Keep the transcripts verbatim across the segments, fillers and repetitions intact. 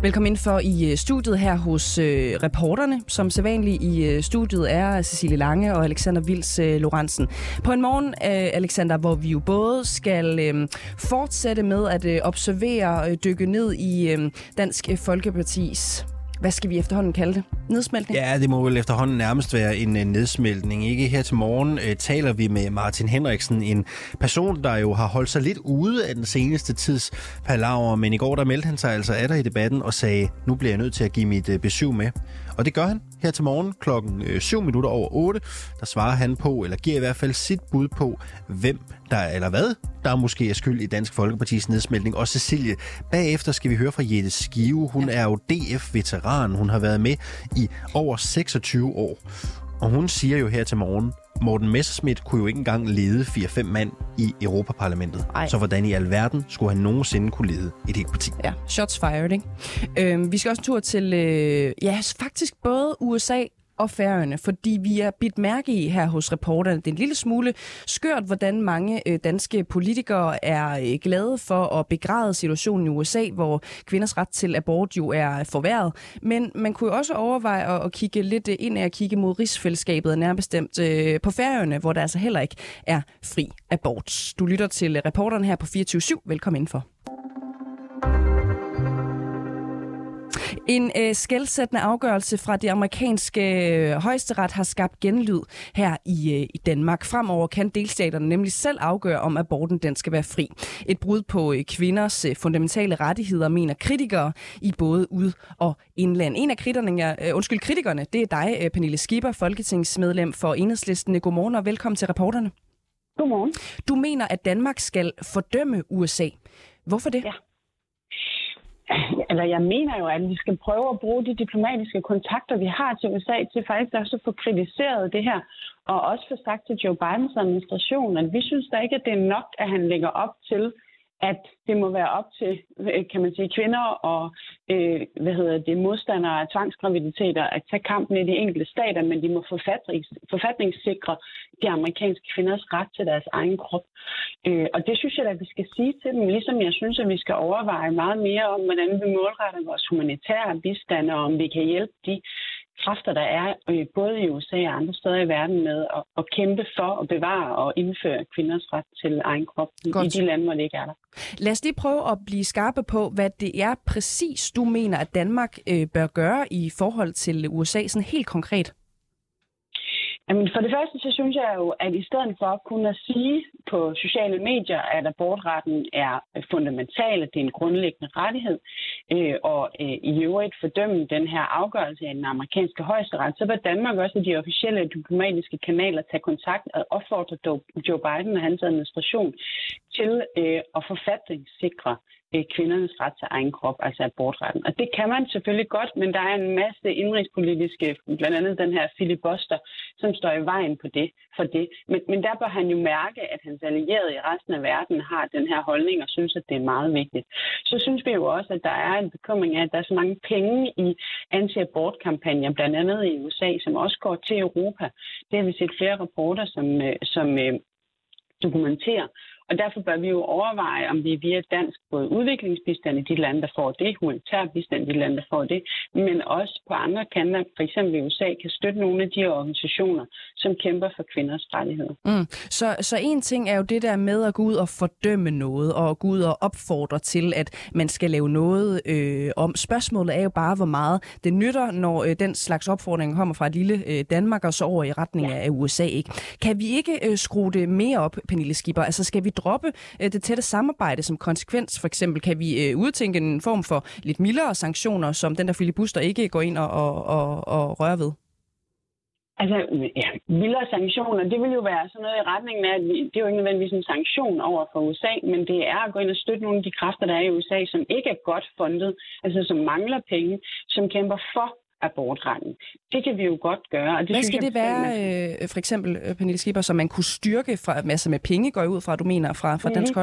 Velkommen ind for i studiet her hos øh, reporterne. Som sædvanligt i øh, studiet er Cecilie Lange og Alexander Vils øh, Lorentzen. På en morgen, øh, Alexander, hvor vi jo både skal øh, fortsætte med at øh, observere og øh, dykke ned i øh, Dansk Folkepartis, hvad skal vi efterhånden kalde det? Nedsmeltning? Ja, det må vel efterhånden nærmest være en uh, nedsmeltning. Ikke? Her til morgen uh, taler vi med Martin Henriksen, en person, der jo har holdt sig lidt ude af den seneste tids palaver, men i går der meldte han sig altså af der i debatten og sagde, nu bliver jeg nødt til at give mit uh, besøg med. Og det gør han her til morgen klokken uh, syv minutter over otte. Der svarer han på, eller giver i hvert fald sit bud på, hvem der eller hvad, der måske er skyld i Dansk Folkepartis nedsmeltning. Og Cecilie, bagefter skal vi høre fra Jette Skive. Hun er jo D F-veteran. Hun har været med i over seksogtyve år. Og hun siger jo her til morgen, Morten Messerschmidt kunne jo ikke engang lede fire fem mand i Europaparlamentet. Ej. Så hvordan i alverden skulle han nogensinde kunne lede et helt parti? Ja, shots fired, ikke? Øhm, vi skal også en tur til, øh, ja, faktisk både U S A og Færøerne, fordi vi er bidt mærke i her hos reporterne. Det er en lille smule skørt, hvordan mange øh, danske politikere er øh, glade for at begræde situationen i U S A, hvor kvinders ret til abort jo er forværret. Men man kunne jo også overveje at, at kigge lidt ind af at kigge mod rigsfællesskabet, og nærmest bestemt øh, på Færøerne, hvor der altså heller ikke er fri abort. Du lytter til reporterne her på fireogtyve syv. Velkommen indenfor. En øh, skelsættende afgørelse fra det amerikanske øh, højesteret har skabt genlyd her i, øh, i Danmark. Fremover kan delstaterne nemlig selv afgøre, om aborten den skal være fri. Et brud på øh, kvinders øh, fundamentale rettigheder, mener kritikere i både ud- og indland. En af kritikerne, øh, undskyld, kritikerne, det er dig, øh, Pernille Skipper, folketingsmedlem for Enhedslisten. Godmorgen og velkommen til reporterne. Godmorgen. Du mener, at Danmark skal fordømme U S A. Hvorfor det? Ja. Eller jeg mener jo, at vi skal prøve at bruge de diplomatiske kontakter, vi har til U S A, til faktisk også at få kritiseret det her, og også få sagt til Joe Bidens administration, at vi synes da ikke, at det er nok, at han lægger op til, at det må være op til, kan man sige, kvinder og øh, hvad hedder det, modstandere af tvangsgraviditeter at tage kampen i de enkelte stater, men de må forfatnings, forfatningssikre de amerikanske kvinders ret til deres egen krop. Øh, og det synes jeg, at vi skal sige til dem, ligesom jeg synes, at vi skal overveje meget mere om, hvordan vi målretter vores humanitære bistand, og om vi kan hjælpe de kræfter, der er øh, både i U S A og andre steder i verden med at, at kæmpe for at bevare og indføre kvinders ret til egen krop Godt. i de lande, hvor det ikke er der. Lad os lige prøve at blive skarpe på, hvad det er præcis, du mener, at Danmark øh, bør gøre i forhold til U S A, sådan helt konkret. Jamen for det første, så synes jeg jo, at i stedet for at kunne sige på sociale medier, at abortretten er fundamental, at det er en grundlæggende rettighed, øh, og øh, i øvrigt fordømme den her afgørelse af den amerikanske højesteret, så vil Danmark også i de officielle diplomatiske kanaler tage kontakt og opfordre Joe Biden og hans administration til øh, at forfatningssikre kvindernes ret til egen krop, altså abortretten. Og det kan man selvfølgelig godt, men der er en masse indrigspolitiske, blandt andet den her filibuster, som står i vejen på det, for det. Men, men der bør han jo mærke, at hans allierede i resten af verden har den her holdning og synes, at det er meget vigtigt. Så synes vi jo også, at der er en bekymring af, at der er så mange penge i anti-abortkampagner, blandt andet i U S A, som også går til Europa. Det har vi set flere rapporter, som, som dokumenterer. Og derfor bør vi jo overveje, om vi via dansk både udviklingsbistand i de lande, der får det, humanitær bistand i de lande, der får det, men også på andre kanter, f.eks. i U S A, kan støtte nogle af de organisationer, som kæmper for kvinders rettigheder. Mm. Så, så en ting er jo det der med at gå ud og fordømme noget, og gå ud og opfordre til, at man skal lave noget øh, om. Spørgsmålet er jo bare, hvor meget det nytter, når øh, den slags opfordring kommer fra et lille øh, Danmark, og så over i retning ja. af U S A. Ikke? Kan vi ikke øh, skrue det mere op, Pernille Skipper? Altså skal vi droppe øh, det tætte samarbejde som konsekvens? For eksempel kan vi øh, udtænke en form for lidt mildere sanktioner, som den der filibuster ikke går ind og, og, og, og rører ved? Altså, ja, mildere sanktioner, det vil jo være sådan noget i retningen af, at vi, det er jo ikke nødvendigvis en sanktion over for U S A, men det er at gå ind og støtte nogle af de kræfter, der er i U S A, som ikke er godt fundet, altså som mangler penge, som kæmper for abortretten. Det kan vi jo godt gøre. Og det Hvad synes skal jeg, det være, øh, for eksempel, Pernille Skipper, som man kunne styrke fra, altså med penge, går ud fra, du mener, fra, fra dansk hold? Ja.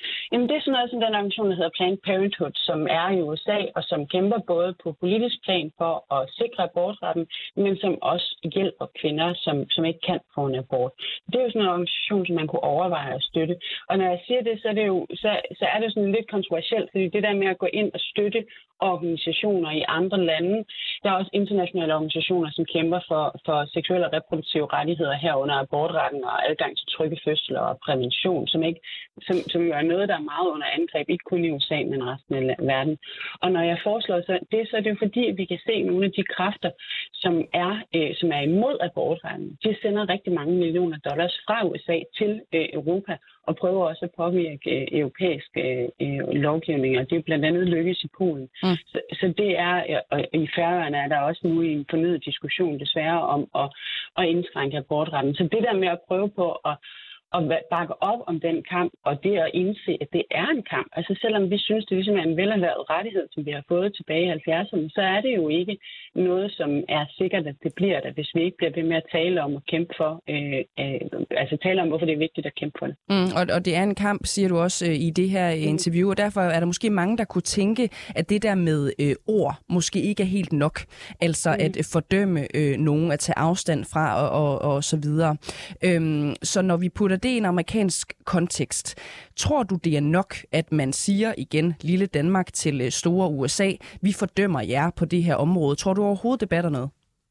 Jamen, det er sådan noget som den organisation, der hedder Planned Parenthood, som er i U S A, og som kæmper både på politisk plan for at sikre abortretten, men som også hjælper kvinder, som, som ikke kan få en abort. Det er jo sådan en organisation, som man kunne overveje at støtte. Og når jeg siger det, så er det jo så, så er det sådan lidt kontroversielt, fordi det der med at gå ind og støtte organisationer i andre lande. Der er også internationale organisationer, som kæmper for, for seksuelle og reproduktive rettigheder herunder abortretten og adgang til trygge fødsler og prævention, som, ikke, som, som jo er noget, der er meget under angreb, ikke kun i U S A, men resten af verden. Og når jeg foreslår så det, så er det jo fordi, at vi kan se nogle af de kræfter, som er, øh, som er imod abortretten. De sender rigtig mange millioner dollars fra U S A til øh, Europa, og prøver også at påvirke øh, europæisk øh, lovgivning, og det er blandt andet lykkes i Polen. Mm. Så, så det er, og i Færøerne er der også nu en fornyet diskussion desværre om at, at indskrænke abortretten. Så det der med at prøve på at at bakke op om den kamp, og det at indse, at det er en kamp. Altså selvom vi synes, det ligesom er en velerhvervet rettighed, som vi har fået tilbage i halvfjerdserne, så er det jo ikke noget, som er sikkert, at det bliver der, hvis vi ikke bliver ved med at tale om at kæmpe for, øh, øh, altså tale om, hvorfor det er vigtigt at kæmpe for det. Mm, og, og det er en kamp, siger du også øh, i det her øh, interview, og derfor er der måske mange, der kunne tænke, at det der med øh, ord måske ikke er helt nok. Altså mm. at fordømme øh, nogen, at tage afstand fra og, og, og så videre. Øhm, så når vi putter det i en amerikansk kontekst, tror du, det er nok, at man siger igen, lille Danmark til store U S A, vi fordømmer jer på det her område? Tror du overhovedet, det batter noget?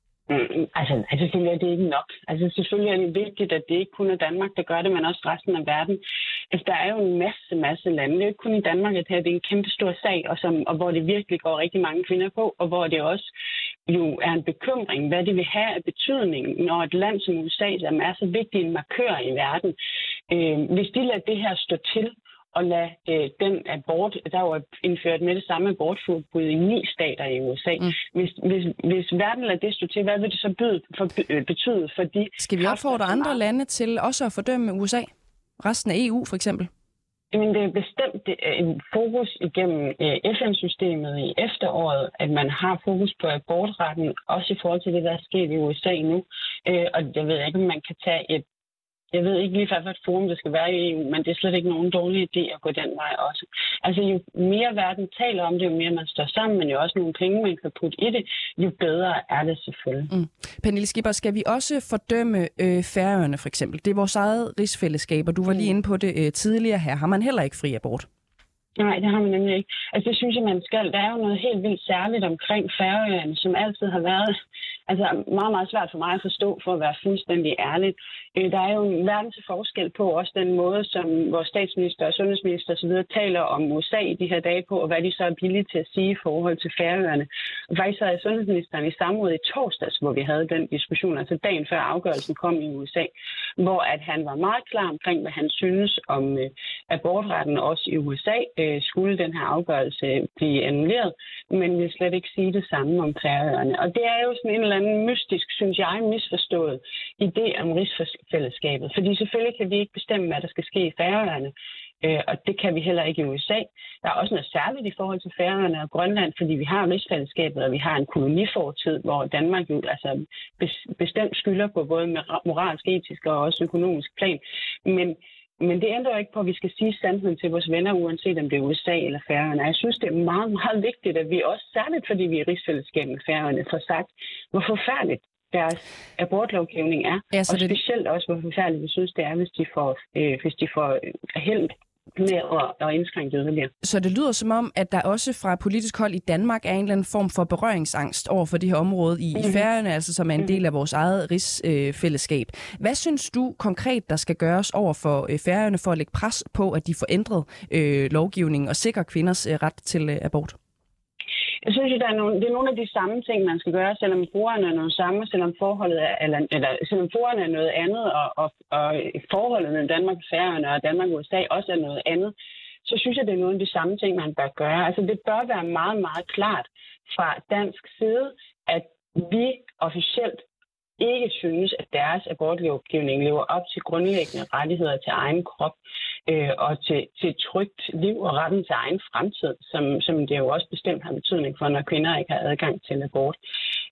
Mm, altså, altså, selvfølgelig er det ikke nok. Altså, selvfølgelig er det vigtigt, at det ikke kun er Danmark, der gør det, men også resten af verden. Altså, der er jo en masse, masse lande. Det er ikke kun i Danmark, at det her det er en kæmpe stor sag, og, som, og hvor det virkelig går rigtig mange kvinder på, og hvor det også jo er en bekymring, hvad det vil have af betydning, når et land som U S A, som er så vigtig en markør i verden, øh, hvis de lader det her stå til, og lade øh, den abort, der var indført med det samme abortforbud i ni stater i U S A. Mm. Hvis, hvis, hvis verden lader det stå til, hvad vil det så byde, for, øh, betyde for de... Skal vi opfordre andre lande til også at fordømme U S A? Resten af E U for eksempel? Jamen, det er bestemt en fokus igennem F N-systemet i efteråret, at man har fokus på abortretten, også i forhold til det, der er sket i U S A nu. Og jeg ved ikke, om man kan tage et Jeg ved ikke lige, hvad et forum det skal være i E U, men det er slet ikke nogen dårlig idé at gå den vej også. Altså, jo mere verden taler om det, jo mere man står sammen, men jo også nogle penge, man kan putte i det, jo bedre er det selvfølgelig. Mm. Pernille Skipper, skal vi også fordømme øh, Færøerne for eksempel? Det er vores eget rigsfællesskab, og du var lige inde på det øh, tidligere her. Har man heller ikke fri abort? Nej, det har man nemlig ikke. Altså, det synes jeg, man skal. Der er jo noget helt vildt særligt omkring Færøerne, som altid har været altså, meget, meget svært for mig at forstå, for at være fuldstændig ærlig. Der er jo en verden til forskel på også den måde, som vores statsminister og sundhedsminister osv. taler om U S A i de her dage på, og hvad de så er villige til at sige i forhold til Færøerne. Og faktisk havde sundhedsministeren i samråd i torsdags, hvor vi havde den diskussion, altså dagen før afgørelsen kom i U S A, hvor at han var meget klar omkring, hvad han synes om øh, abortretten også i U S A. Øh, skulle den her afgørelse blive annulleret, men vil slet ikke sige det samme om Færøerne. Og det er jo sådan en eller anden mystisk, synes jeg, misforstået idé om rigsfællesskabet. Fordi selvfølgelig kan vi ikke bestemme, hvad der skal ske i Færøerne, øh, og det kan vi heller ikke i U S A. Der er også noget særligt i forhold til Færøerne og Grønland, fordi vi har rigsfællesskabet, og vi har en kolonifortid, hvor Danmark jo altså bestemt skylder på både moralsk, etisk og også økonomisk plan. Men Men det ændrer jo ikke på, at vi skal sige sandheden til vores venner, uanset om det er U S A eller Færøerne. Jeg synes, det er meget, meget vigtigt, at vi også, særligt fordi vi er i rigsfællesskabet med Færøerne, får sagt, hvor forfærdeligt deres abortlovgivning er. Ja, og specielt det... også, hvor forfærdeligt vi synes, det er, hvis de får, øh, hvis de får held med at indskrænke yderligere. Så det lyder som om, at der også fra politisk hold i Danmark er en eller anden form for berøringsangst over for det her område i mm-hmm. Færøerne, altså som er en del af vores eget rigsfællesskab. Øh, Hvad synes du konkret, der skal gøres over for øh, Færøerne for at lægge pres på, at de får ændret øh, lovgivningen og sikre kvinders øh, ret til øh, abort? Jeg synes, at der er nogle, det er nogle af de samme ting, man skal gøre, selvom forholdene er noget samme, selvom forholdet er, eller, eller selvom forholdene er noget andet, og, og, og forholdet mellem Danmark og Færøerne og Danmark og U S A også er noget andet, så synes jeg, det er nogle af de samme ting, man bør gøre. Altså, det bør være meget, meget klart fra dansk side, at vi officielt ikke synes, at deres abortlovgivning lever op til grundlæggende rettigheder til egen krop øh, og til, til et trygt liv og retten til egen fremtid, som, som det jo også bestemt har betydning for, når kvinder ikke har adgang til abort.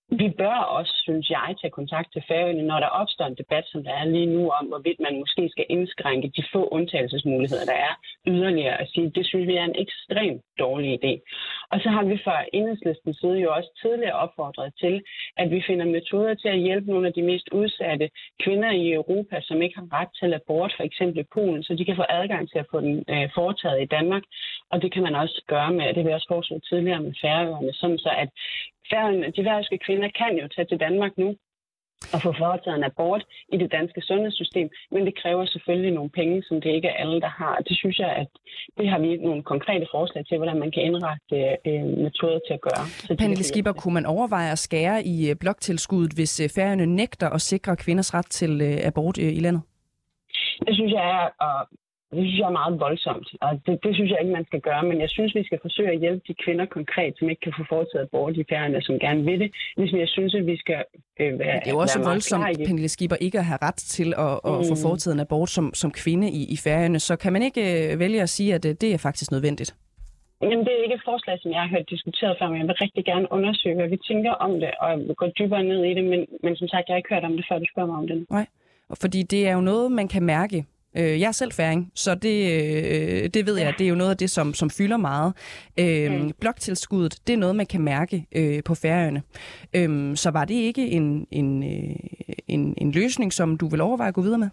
vi bør også, synes jeg, tage kontakt til Færøerne, når der opstår en debat, som der er lige nu, om hvorvidt man måske skal indskrænke de få undtagelsesmuligheder, der er yderligere at sige. Det synes vi er en ekstremt dårlig idé. Og så har vi fra Enhedslistens side jo også tidligere opfordret til, at vi finder metoder til at hjælpe nogle af de mest udsatte kvinder i Europa, som ikke har ret til abort, for eksempel i Polen, så de kan få adgang til at få den øh, foretaget i Danmark. Og det kan man også gøre med, det vil jeg også foreslå tidligere med Færøerne, sådan så at Færøerne, de færøske kvinder kan jo tage til Danmark nu og få foretaget en abort i det danske sundhedssystem, men det kræver selvfølgelig nogle penge, som det ikke er alle, der har. Det synes jeg, at det har vi nogle konkrete forslag til, hvordan man kan indrette øh, metoder til at gøre. Pernille Skipper, kunne man overveje at skære i bloktilskuddet, hvis øh, Færøerne nægter at sikre kvinders ret til øh, abort øh, i landet? Det synes jeg er... Og Det synes jeg er meget voldsomt, og det, det synes jeg ikke, man skal gøre. Men jeg synes, vi skal forsøge at hjælpe de kvinder konkret, som ikke kan få foretaget abort i Færøerne, som gerne vil det. Ligesom jeg synes, at vi skal øh, være Det er jo også voldsomt, Pernille Skipper, ikke at have ret til at, at mm. få foretaget en abort som, som kvinde i, i Færøerne. Så kan man ikke øh, vælge at sige, at øh, det er faktisk nødvendigt? Jamen, det er ikke et forslag, som jeg har hørt diskuteret før, men jeg vil rigtig gerne undersøge, hvad vi tænker om det, og gå dybere ned i det. Men, men som sagt, jeg har ikke hørt om det, før du spørger mig om det. Nej, fordi det er jo noget, man kan mærke. Jeg er selv færing, så det, det ved jeg, det er jo noget af det, som, som fylder meget. Øhm, mm. Bloktilskuddet, det er noget, man kan mærke øh, på Færøerne. Øhm, så var det ikke en, en, en, en løsning, som du vil overveje at gå videre med?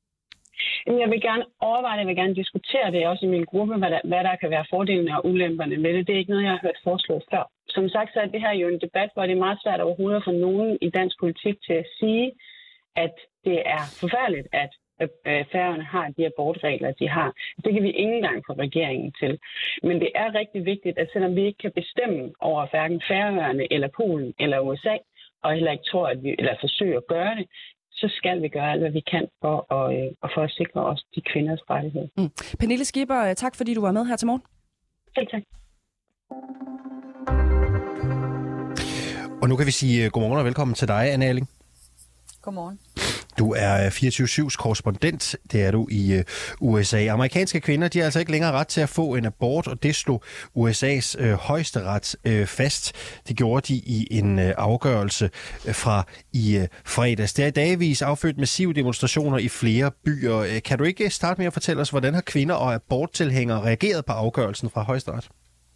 Jeg vil gerne overveje det, jeg vil gerne diskutere det også i min gruppe, hvad der, hvad der kan være fordelene og ulemperne med det. Det er ikke noget, jeg har hørt foreslået før. Som sagt, så er det her jo en debat, hvor det er meget svært overhovedet for nogen i dansk politik til at sige, at det er forfærdeligt, at Færøerne har de abortregler, de har. Det kan vi ikke engang få regeringen til. Men det er rigtig vigtigt, at selvom vi ikke kan bestemme over hverken Færøerne eller Polen eller U S A, og heller ikke tror, at vi eller forsøger at gøre det, så skal vi gøre alt, hvad vi kan for at, øh, for at sikre os de kvinders rettigheder. Mm. Pernille Skipper, tak fordi du var med her til morgen. Selv tak. Og nu kan vi sige godmorgen og velkommen til dig, Anne Alling. Godmorgen. Du er fireogtyve syvs korrespondent, det er du i U S A. Amerikanske kvinder, de har altså ikke længere ret til at få en abort, og det slog U S A's øh, højesteret øh, fast. Det gjorde de i en øh, afgørelse øh, fra i øh, fredags. Det er i dagvis affødt massive demonstrationer i flere byer. Kan du ikke starte med at fortælle os, hvordan har kvinder og aborttilhængere reageret på afgørelsen fra højesteret?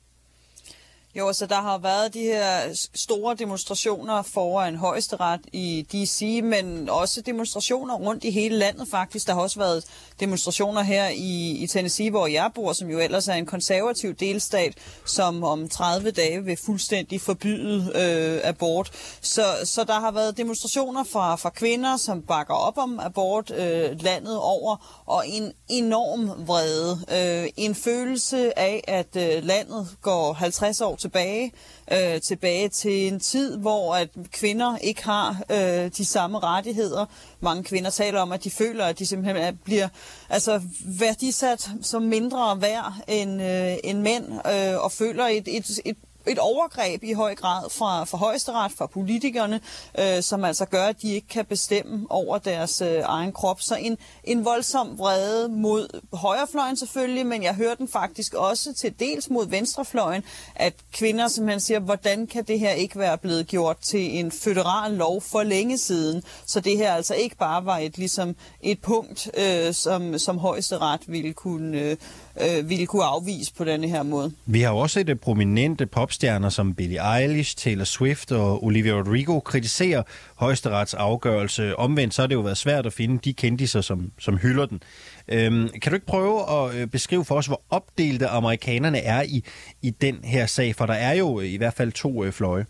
Jo, så der har været de her store demonstrationer foran højesteret i D C, men også demonstrationer rundt i hele landet faktisk. Der har også været demonstrationer her i, i Tennessee, hvor jeg bor, som jo ellers er en konservativ delstat, som om tredive dage vil fuldstændig forbyde øh, abort. Så, så der har været demonstrationer fra, fra kvinder, som bakker op om abort øh, landet over, og en enorm vrede. Øh, en følelse af, at øh, landet går halvtreds år tilbage, øh, tilbage til en tid, hvor at kvinder ikke har øh, de samme rettigheder. Mange kvinder taler om, at de føler, at de simpelthen bliver altså værdisat som mindre værd end, øh, end mænd, øh, og føler et, et, et et overgreb i høj grad fra, fra højesteret, fra politikerne, øh, som altså gør, at de ikke kan bestemme over deres øh, egen krop. Så en, en voldsom vrede mod højrefløjen selvfølgelig, men jeg hører den faktisk også til dels mod venstrefløjen, at kvinder simpelthen siger, hvordan kan det her ikke være blevet gjort til en føderal lov for længe siden, så det her altså ikke bare var et, ligesom et punkt, øh, som, som højesteret ville kunne, øh, ville kunne afvise på denne her måde. Vi har også set prominente popstjerner som Billie Eilish, Taylor Swift og Olivia Rodrigo kritisere højesterets afgørelse. Omvendt så har det jo været svært at finde de kendiser, som, som hylder den. Øhm, kan du ikke prøve at beskrive for os, hvor opdelte amerikanerne er i, i den her sag? For der er jo i hvert fald to øh, fløje.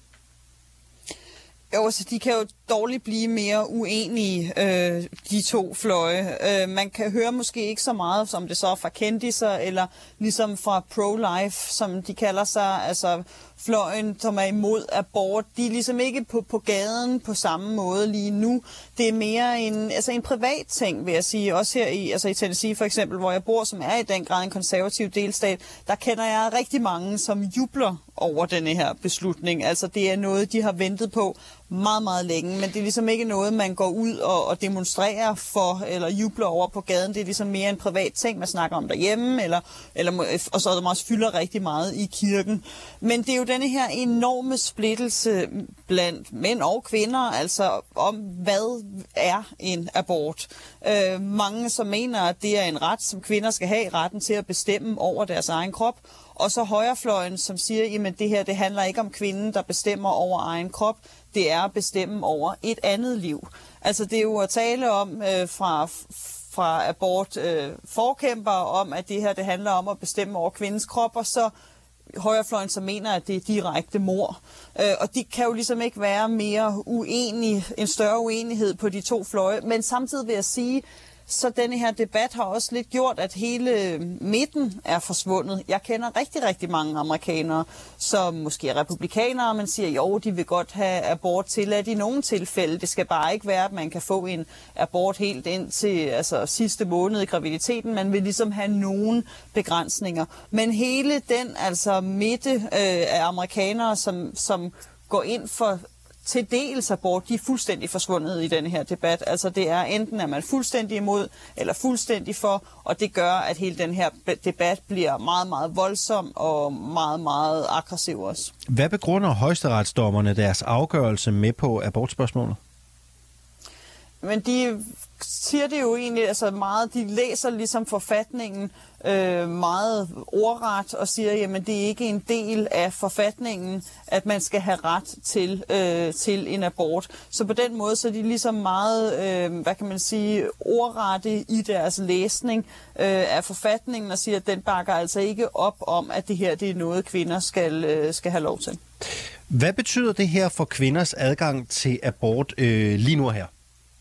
Jo, altså de kan jo dårligt blive mere uenige, øh, de to fløje. Øh, man kan høre måske ikke så meget, som det så er fra kendiser, eller ligesom fra pro-life, som de kalder sig, altså fløjen, som er imod abort. De er ligesom ikke på, på gaden på samme måde lige nu. Det er mere en, altså en privat ting, vil jeg sige. Også her i, altså i Tennessee for eksempel, hvor jeg bor, som er i den grad en konservativ delstat, der kender jeg rigtig mange, som jubler over denne her beslutning. Altså det er noget, de har ventet på meget, meget længe, men det er ligesom ikke noget, man går ud og, og demonstrerer for, eller jubler over på gaden. Det er ligesom mere en privat ting, man snakker om derhjemme, eller, eller, og så er der også fylder rigtig meget i kirken. Men det er jo denne her enorme splittelse blandt mænd og kvinder, altså om, hvad er en abort. Øh, mange, som mener, at det er en ret, som kvinder skal have, retten til at bestemme over deres egen krop. Og så højrefløjen, som siger, at det her det handler ikke om kvinden, der bestemmer over egen krop. Det er at bestemme over et andet liv. Altså det er jo at tale om øh, fra, fra abort-forkæmpere øh, om, at det her det handler om at bestemme over kvindens krop, og så højrefløjen, som mener, at det er direkte mord. Øh, og de kan jo ligesom ikke være mere uenige, en større uenighed på de to fløje. Men samtidig vil jeg sige, så denne her debat har også lidt gjort, at hele midten er forsvundet. Jeg kender rigtig, rigtig mange amerikanere, som måske er republikanere, men siger, jo, de vil godt have abort tilladt i nogle tilfælde. Det skal bare ikke være, at man kan få en abort helt ind til altså, sidste måned i graviditeten. Man vil ligesom have nogle begrænsninger. Men hele den altså midte øh, af amerikanere, som, som går ind for til dels abort, de er fuldstændig forsvundet i denne her debat. Altså det er enten, at man er fuldstændig imod, eller fuldstændig for, og det gør, at hele den her debat bliver meget, meget voldsom og meget, meget aggressiv også. Hvad begrunder højesteretsdommerne deres afgørelse med på abortspørgsmålet? Men de siger det jo egentlig altså meget, de læser ligesom forfatningen øh, meget ordret og siger, jamen det er ikke en del af forfatningen, at man skal have ret til, øh, til en abort. Så på den måde så er de ligesom meget, øh, hvad kan man sige, ordrette i deres læsning øh, af forfatningen og siger, at den bakker altså ikke op om, at det her det er noget, kvinder skal, øh, skal have lov til. Hvad betyder det her for kvinders adgang til abort øh, lige nu her?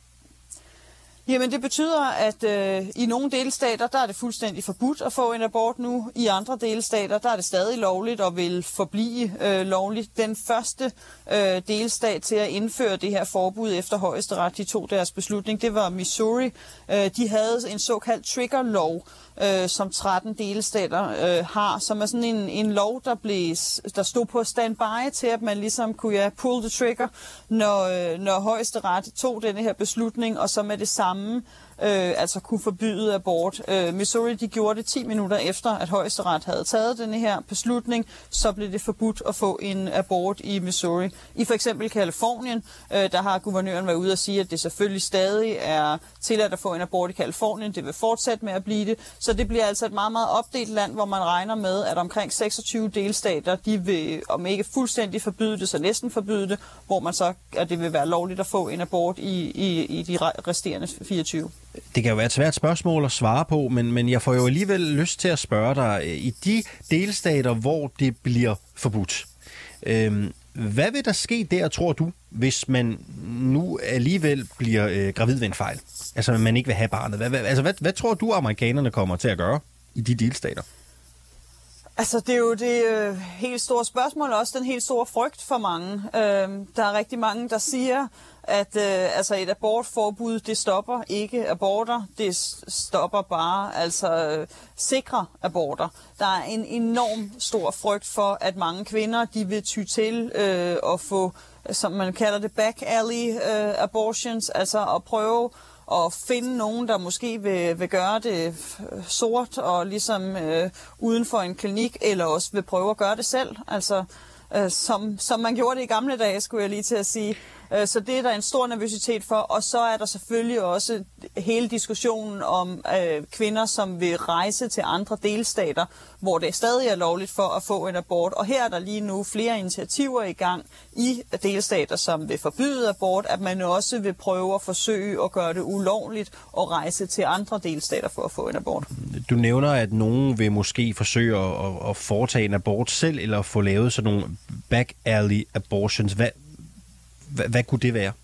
Jamen det betyder, at øh, i nogle delstater, der er det fuldstændig forbudt at få en abort nu. I andre delstater, der er det stadig lovligt og vil forblive øh, lovligt. Den første øh, delstat til at indføre det her forbud efter højesteret, de tog deres beslutning, det var Missouri. Øh, de havde en såkaldt trigger-lov, øh, som tretten delstater øh, har, som er sådan en, en lov, der, blev, der stod på standby til, at man ligesom kunne ja, pull the trigger, når, øh, når højesteret tog denne her beslutning, og så med det samme Øh, altså kunne forbyde abort. Øh, Missouri, de gjorde det ti minutter efter, at højesteret havde taget denne her beslutning, så blev det forbudt at få en abort i Missouri. I for eksempel Kalifornien, øh, der har guvernøren været ude og sige, at det selvfølgelig stadig er tilladt at få en abort i Kalifornien. Det vil fortsætte med at blive det. Så det bliver altså et meget, meget opdelt land, hvor man regner med, at omkring seksogtyve delstater, de vil, om ikke fuldstændig forbyde det, så næsten forbyde det, hvor man så, at det vil være lovligt at få en abort i, i, i de resterende fireogtyve. Det kan jo være et svært spørgsmål at svare på, men, men jeg får jo alligevel lyst til at spørge dig, i de delstater, hvor det bliver forbudt, øh, hvad vil der ske der, tror du, hvis man nu alligevel bliver øh, gravid ved en fejl? Altså, man ikke vil have barnet. Hvad, hvad, altså, hvad, hvad tror du, amerikanerne kommer til at gøre i de delstater? Altså, det er jo det øh, helt store spørgsmål, også den helt store frygt for mange. Øh, der er rigtig mange, der siger, at øh, altså et abortforbud, det stopper ikke aborter, det stopper bare altså øh, sikre aborter. Der er en enorm stor frygt for, at mange kvinder, de vil ty til øh, at få, som man kalder det, back alley øh, abortions, altså at prøve og finde nogen, der måske vil, vil gøre det sort og ligesom øh, uden for en klinik, eller også vil prøve at gøre det selv, altså øh, som, som man gjorde det i gamle dage, skulle jeg lige til at sige. Øh, så det er der en stor nervøsitet for, og så er der selvfølgelig også hele diskussionen om øh, kvinder, som vil rejse til andre delstater, hvor det stadig er lovligt for at få en abort. Og her er der lige nu flere initiativer i gang i delstater, som vil forbyde abort, at man også vil prøve at forsøge at gøre det ulovligt og rejse til andre delstater for at få en abort. Du nævner, at nogen vil måske forsøge at, at foretage en abort selv, eller få lavet sådan nogle back alley abortions. Hvad, hvad, hvad kunne det være?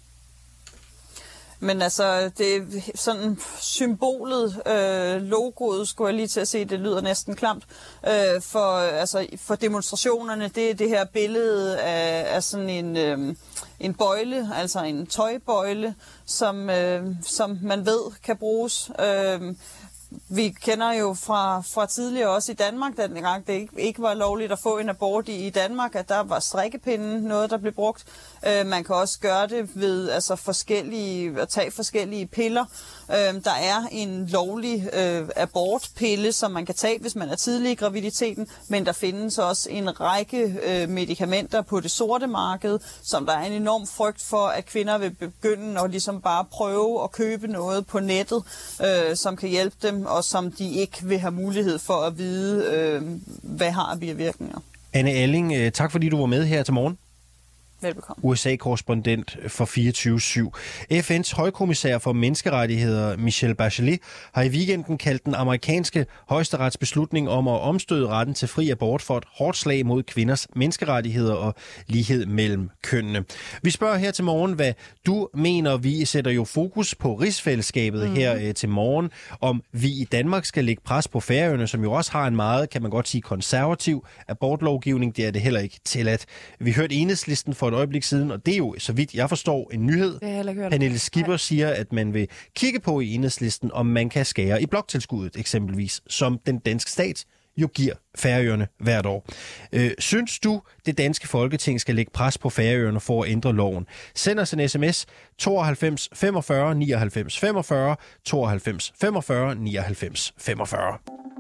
Men altså, det er sådan symbolet, øh, logoet, skulle jeg lige til at se, det lyder næsten klamt, øh, for, altså, for demonstrationerne, det er det her billede af, af sådan en, øh, en bøjle, altså en tøjbøjle, som, øh, som man ved kan bruges. Øh, Vi kender jo fra, fra tidligere også i Danmark, da dengang det ikke, ikke var lovligt at få en abort i, i Danmark, at der var strikkepinden noget, der blev brugt. Øh, man kan også gøre det ved altså, forskellige, at tage forskellige piller. Øh, der er en lovlig øh, abortpille, som man kan tage, hvis man er tidlig i graviditeten, men der findes også en række øh, medicamenter på det sorte marked, som der er en enorm frygt for, at kvinder vil begynde at ligesom bare prøve at købe noget på nettet, øh, som kan hjælpe dem, og som de ikke vil have mulighed for at vide, øh, hvad har af bivirkninger. Anne Alling, tak fordi du var med her til morgen. Velbekomme. U S A-korrespondent for fireogtyve syv. F N's højkommissær for menneskerettigheder, Michelle Bachelet, har i weekenden kaldt den amerikanske højesterets beslutning om at omstøde retten til fri abort for et hårdt slag mod kvinders menneskerettigheder og lighed mellem kønnene. Vi spørger her til morgen, hvad du mener. Vi sætter jo fokus på rigsfællesskabet mm. her til morgen, om vi i Danmark skal lægge pres på Færøerne, som jo også har en meget, kan man godt sige, konservativ abortlovgivning. Det er det heller ikke tilladt. Vi hørte Enhedslisten for et øjeblik siden, og det er jo, så vidt jeg forstår, en nyhed. Pernille Skipper Nej. siger, at man vil kigge på i Enhedslisten, om man kan skære i bloktilskuddet eksempelvis, som den danske stat jo giver Færøerne hvert år. Øh, synes du, det danske folketing skal lægge pres på Færøerne for at ændre loven? Send os en sms tooghalvfems femogfyrre nioghalvfems femogfyrre, tooghalvfems femogfyrre nioghalvfems femogfyrre.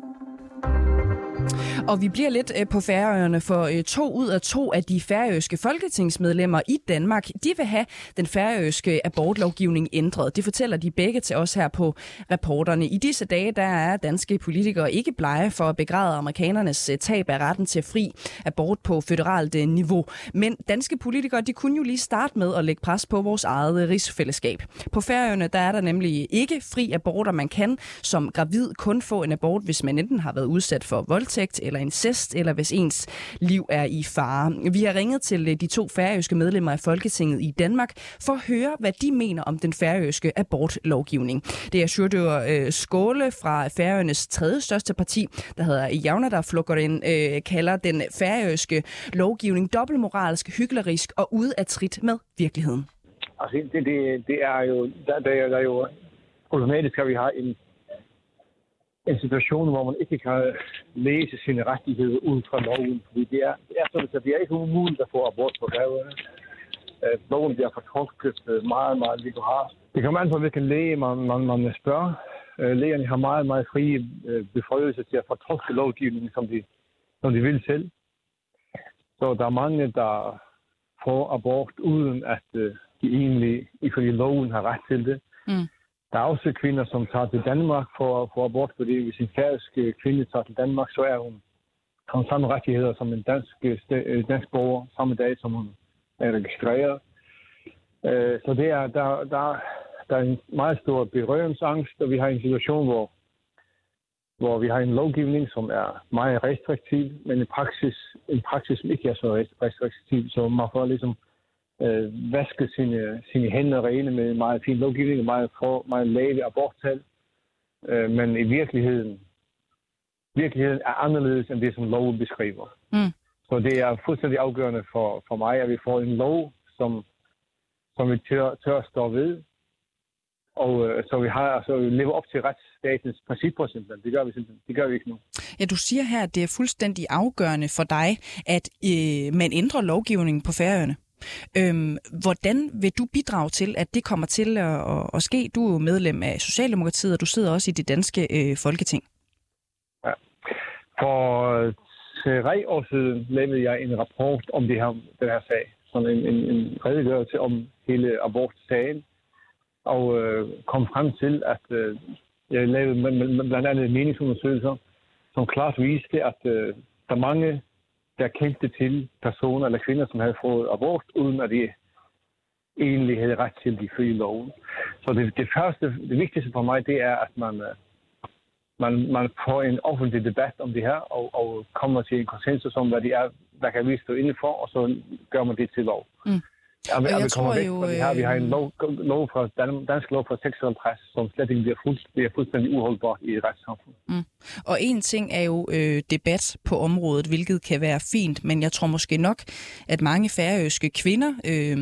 Og vi bliver lidt på Færøerne, for to ud af to af de færøske folketingsmedlemmer i Danmark, de vil have den færøske abortlovgivning ændret. Det fortæller de begge til os her på Reporterne. I disse dage, der er danske politikere ikke blege for at begræde amerikanernes tab af retten til fri abort på føderalt niveau. Men danske politikere, de kunne jo lige starte med at lægge pres på vores eget rigsfællesskab. På Færøerne, der er der nemlig ikke fri abort, og man kan som gravid kun få en abort, hvis man enten har været udsat for voldtægt eller incest, eller hvis ens liv er i fare. Vi har ringet til de to færøske medlemmer af Folketinget i Danmark for at høre, hvad de mener om den færøske abortlovgivning. Det er Sjúrður Skaale fra Færøernes tredje største parti, der hedder Javnaðarflokkurin, øh, kalder den færøske lovgivning dobbeltmoralsk, hyklerisk og ude af trit med virkeligheden. Altså, det, det, det er jo, der, der, der er jo problematisk, at vi har en en situation, hvor man ikke kan læse sine rettigheder ud fra loven. Fordi det er, det er sådan, at det er ikke umuligt at få abort på Færøerne. Uh, loven bliver fortolket meget, meget liberalt. Det kommer an på, hvilken læge man, man, man spørger. Uh, lægerne har meget, meget frie uh, beføjelser til at fortolke lovgivningen, som de, som de vil selv. Så der er mange, der får abort, uden at uh, de egentlig, ifølge loven, har ret til det. Mm. Der er også kvinder, som tager til Danmark for, for abort, fordi hvis en færøsk kvinde tager til Danmark, så er hun, har hun samme rettigheder som en dansk, dansk borger, samme dag, som hun er registreret. Så det er, der, der, der er en meget stor berøringsangst, og vi har en situation, hvor, hvor vi har en lovgivning, som er meget restriktiv, men en praksis, en praksis som ikke er så restriktiv, så man får ligesom Øh, vaske sine, sine hænder rene med meget fin lovgivning og meget, for, meget lave aborttal. Øh, men i virkeligheden, virkeligheden er anderledes end det, som loven beskriver. Mm. Så det er fuldstændig afgørende for, for mig, at vi får en lov, som, som vi tør, tør stå ved. Og øh, så vi har altså vi lever op til retsstatens principper simpelthen. Det gør vi simpelthen. Det gør vi ikke nu. Ja, du siger her, at det er fuldstændig afgørende for dig, at øh, man ændrer lovgivningen på Færøerne. Øhm, hvordan vil du bidrage til, at det kommer til at, at, at ske? Du er jo medlem af Socialdemokratiet, og du sidder også i det danske øh, Folketing. Ja. For tre år siden lavede jeg en rapport om det her, den her sag. Sådan en, en, en redegørelse om hele abortsagen. Og øh, kom frem til, at øh, jeg lavede blandt andet meningsundersøgelser, som klart viste, at øh, der er mange der kendte til personer eller kvinder, som havde fået abort, uden at de egentlig havde ret til de frie love. Så det, det første, det vigtigste for mig, det er, at man, man, man får en offentlig debat om det her, og, og kommer til en konsensus om, hvad det er, der kan vi stå inde for, og så gør man det til lov. Mm. Ja, men, jeg vi tror væk, jo... Vi har, vi har en lov, lov fra, dansk lov fra seksoghalvtreds, som slet ikke bliver, fuld, bliver fuldstændig uholdbart i et retssamfund. Mm. Og en ting er jo øh, debat på området, hvilket kan være fint, men jeg tror måske nok, at mange færøske kvinder øh,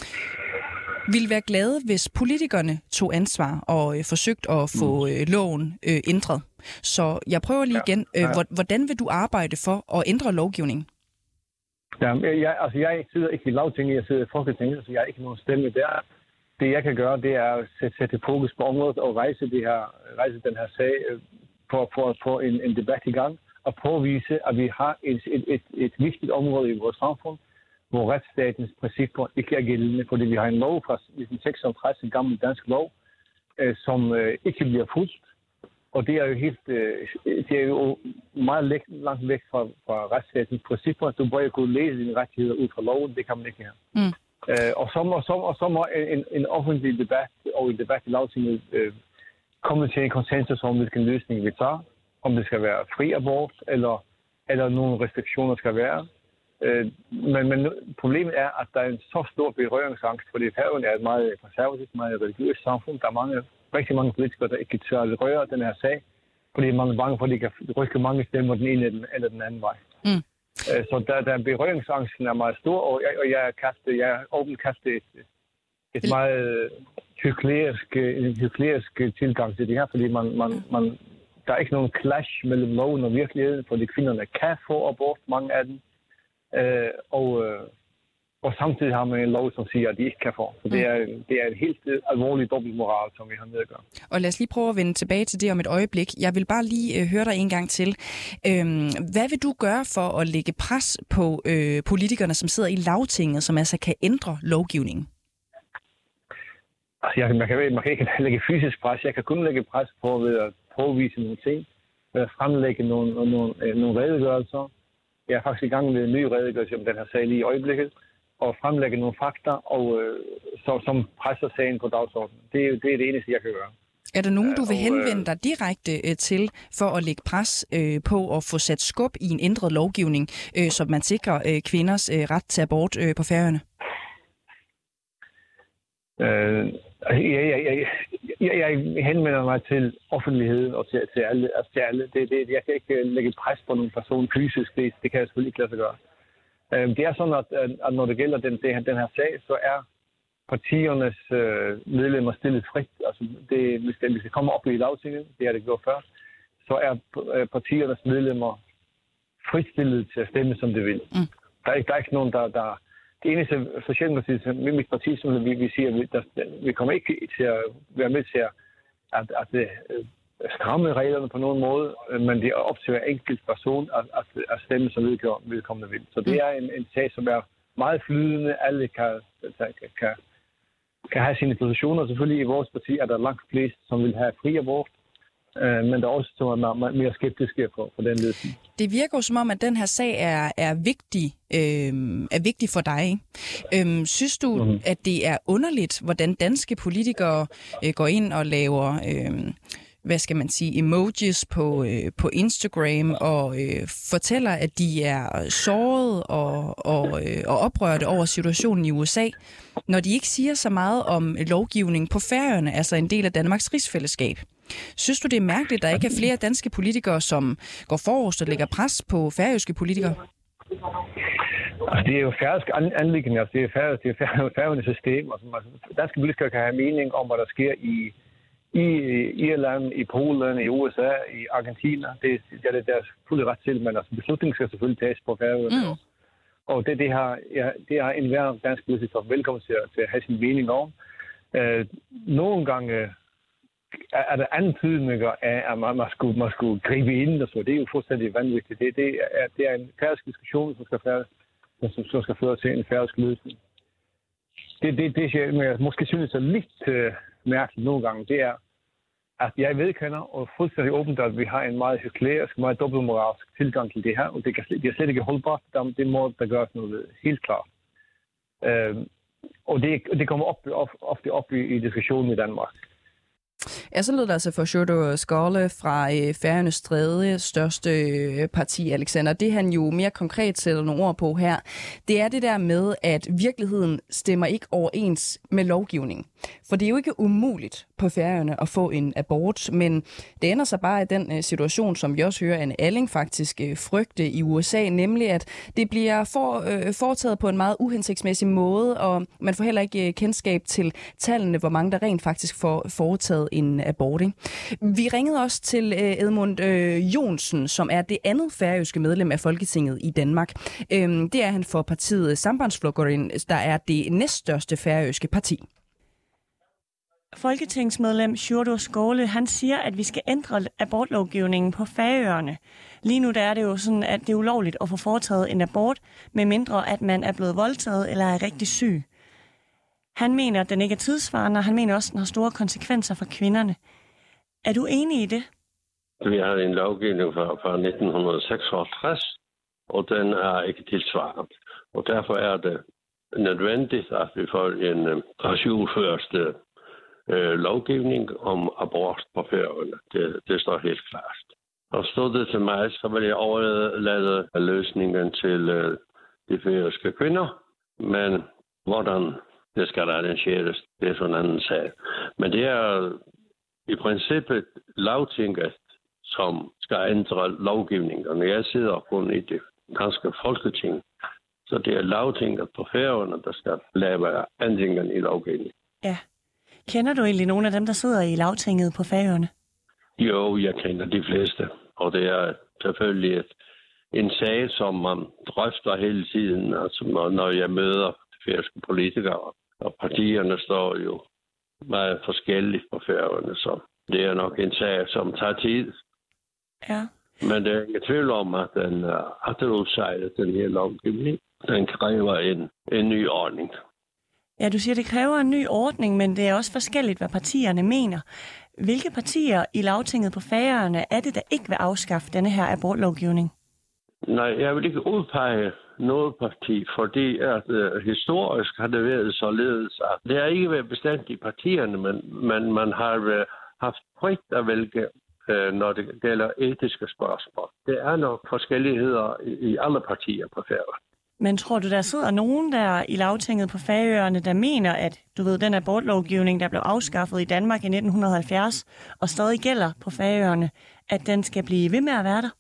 ville være glade, hvis politikerne tog ansvar og øh, forsøgte at få øh, loven øh, ændret. Så jeg prøver lige igen. Ja, ja. Hvordan vil du arbejde for at ændre lovgivningen? Ja, jeg, altså jeg sidder ikke i Lagtinget, jeg sidder i Folketinget, så jeg har ikke nogen stemme der. Det jeg kan gøre, det er at sætte, sætte fokus på området og rejse, det her, rejse den her sag for, for at få en, en debat i gang og påvise, at vi har et, et, et, et vigtigt område i vores samfund, hvor retsstatens principper ikke er gældende, fordi vi har en lov fra nitten seksoghalvtreds, en gammel dansk lov, øh, som øh, ikke bliver fulgt. Og det er jo helt, øh, det er jo meget læk, langt væk fra, fra retsstatens principper. Du bør jo kunne læse dine rettigheder ud fra loven, det kan man ikke her. Mm. Øh, og, så, og, så, og så må en, en offentlig debat og en debat i Lagtinget øh, komme til en konsensus om, hvilken løsning vi tager. Om det skal være fri abort, eller, eller nogle restriktioner skal være. Øh, men, men problemet er, at der er en så stor berøringsangst, fordi Færøerne er et meget konservativt, meget religiøst samfund. Der er mange, rigtig mange politikere, der ikke tør at røre den her sag, fordi mange er bange for, at de kan rykke mange stemmer den ene eller den anden vej. Mm. Øh, så der, der berøringsangsten er meget stor, og jeg, og jeg er kastet, jeg er åbent kastet et, et meget hyklerisk, en hyklerisk tilgang til det her, fordi man, man, man, der er ikke nogen clash mellem loven og virkeligheden, fordi kvinderne kan få abort, mange af dem. Øh, og, øh, og samtidig har man en lov, som siger, at de ikke kan få. Så det er, det er en helt alvorlig dobbeltmoral, som vi har med at gøre. Og lad os lige prøve at vende tilbage til det om et øjeblik. Jeg vil bare lige øh, høre dig en gang til. Øhm, hvad vil du gøre for at lægge pres på øh, politikerne, som sidder i Lagtinget, som altså kan ændre lovgivningen? Altså, jeg, man, kan, man kan ikke lægge fysisk pres. Jeg kan kun lægge pres på ved at påvise nogle ting, ved at fremlægge nogle, nogle, øh, nogle redegørelser. Jeg er faktisk i gang med en ny redegørelse om den her sag lige i øjeblikket, og fremlægge nogle fakta, og, øh, så, som presser sagen på dagsordenen. Det er, det er det eneste, jeg kan gøre. Er der nogen, du vil henvende dig direkte øh, til for at lægge pres øh, på at få sat skub i en ændret lovgivning, øh, så man sikrer øh, kvinders øh, ret til abort øh, på Færøerne? Øh, jeg, jeg, jeg, jeg, jeg henvender mig til offentligheden og til, til alle. Altså til alle. Det, det, jeg kan ikke lægge pres på nogle person fysisk. Det, det kan jeg selvfølgelig ikke lade sig gøre. Øh, det er sådan, at, at når det gælder den, det, den her sag, så er partiernes øh, medlemmer stillet frit. Altså det, hvis, det, hvis det kommer op i Lagtinget, det har det gjort før, så er partiernes medlemmer fritstillet til at stemme, som det vil. Mm. Der, er ikke, der er ikke nogen, der... der det eneste Socialdemokratiet, med mit parti, som vi, vi siger, at vi kommer ikke til at være med til at, at, at, at stramme reglerne på nogen måde, men det er op til hver enkelt person at, at, at stemme, som vedkommende vil. Så det er en, en sag, som er meget flydende. Alle kan, kan, kan, kan have sine positioner. Selvfølgelig i vores parti er der langt flest, som vil have fri abort, men der er også som er mere skeptiske for, for den løsning. Det virker jo som om, at den her sag er, er, vigtig, øh, er vigtig for dig. Ikke? Øh, synes du, mm-hmm. at det er underligt, hvordan danske politikere øh, går ind og laver... Øh, hvad skal man sige, emojis på, øh, på Instagram og øh, fortæller, at de er såret og, og, øh, og oprørte over situationen i U S A, når de ikke siger så meget om lovgivning på Færøerne, altså en del af Danmarks rigsfællesskab. Synes du, det er mærkeligt, at der ikke er flere danske politikere, som går forrest og lægger pres på færøske politikere? Altså, det er jo færøsk anliggende, altså, det er færøsk, det er færøske system. Altså, danske politikere kan have mening om, hvad der sker i I Irland, i Polen, i U S A, i Argentina. Det, det er det deres fulde ret til, men altså, beslutningen skal selvfølgelig tages på Færøerne. Mm. Og det, det, har, ja, det har enhver dansk politiker velkommen til, til at have sin mening om. Øh, nogle gange er, er der antydninger af, at man, man, skulle, man skulle gribe ind, og så det er jo fuldstændig vanvittigt. Det, det, er, det er en færøsk diskussion, som skal, færøs, som, som skal føre til en færøsk løsning. Det, det, det jeg måske synes er lidt uh, mærkeligt nogle gange, det er, at jeg vedkender og fuldstændig åbent, at vi har en meget hyklerisk, meget dobbeltmoralsk tilgang til det her, og det, kan, det er slet ikke holdbart. Det må der gøres noget ved, helt klart. Uh, og det, det kommer op, op, ofte op i, i diskussionen i Danmark. Ja, så lød det altså for Sjúrður Skaale fra øh, Færøernes tredje største øh, parti, Alexander. Det han jo mere konkret sætter nogle ord på her, det er det der med, at virkeligheden stemmer ikke overens med lovgivning. For det er jo ikke umuligt på Færøerne at få en abort, men det ender så bare i den øh, situation, som vi også hører Anne Alling faktisk øh, frygte i U S A, nemlig at det bliver for, øh, foretaget på en meget uhensigtsmæssig måde, og man får heller ikke øh, kendskab til tallene, hvor mange der rent faktisk får foretaget en abort. Ikke? Vi ringede også til Edmund øh, Joensen, som er det andet færøske medlem af Folketinget i Danmark. Øhm, det er han for partiet Sambandsflokkurin, der er det næststørste færøske parti. Folketingsmedlem Sjúrður Skaale, han siger, at vi skal ændre abortlovgivningen på Færøerne. Lige nu der er det jo sådan, at det er ulovligt at få foretaget en abort, medmindre at man er blevet voldtaget eller er rigtig syg. Han mener, at den ikke er tidsvarende, og han mener også, at den har store konsekvenser for kvinderne. Er du enig i det? Vi har en lovgivning fra, fra nitten seksoghalvtreds, og den er ikke tilsvarende. Og derfor er det nødvendigt, at vi får en ajourførste øh, lovgivning om abort på Færøerne. Det, det står helt klart. Og stod det til mig, så vil jeg overlade løsningen til øh, de færøske kvinder. Men hvordan det skal arrangeres, det er sådan en anden sag. Men det er i princippet Lagtinget, som skal ændre lovgivningen. Jeg sidder kun i det danske folketing. Så det er Lagtinget på Færøerne, der skal lave ændringen i lovgivningen. Ja. Kender du egentlig nogle af dem, der sidder i Lagtinget på Færøerne? Jo, jeg kender de fleste. Og det er selvfølgelig et, en sag, som man drøfter hele tiden. Altså, når jeg møder de færøske politikere, og partierne står jo meget forskelligt på Færøerne, så det er nok en sag, som tager tid. Ja. Men det er ikke tvivl om, at den er agterudsejlet, den her lovgivning. Den kræver en, en ny ordning. Ja, du siger, det kræver en ny ordning, men det er også forskelligt, hvad partierne mener. Hvilke partier i Lagtinget på Færøerne er det, der ikke vil afskaffe denne her abortlovgivning? Nej, jeg vil ikke udpege noget parti, fordi at, uh, historisk har det været således, at det har ikke været bestemt i partierne, men, men man har uh, haft frit at vælge, uh, når det gælder etiske spørgsmål. Det er nok forskelligheder i, i alle partier på Færøerne. Men tror du, der sidder nogen der i Lagtinget på Færøerne, der mener, at du ved, den abortlovgivning, der blev afskaffet i Danmark i nitten halvfjerds, og stadig gælder på Færøerne, at den skal blive ved med at være der?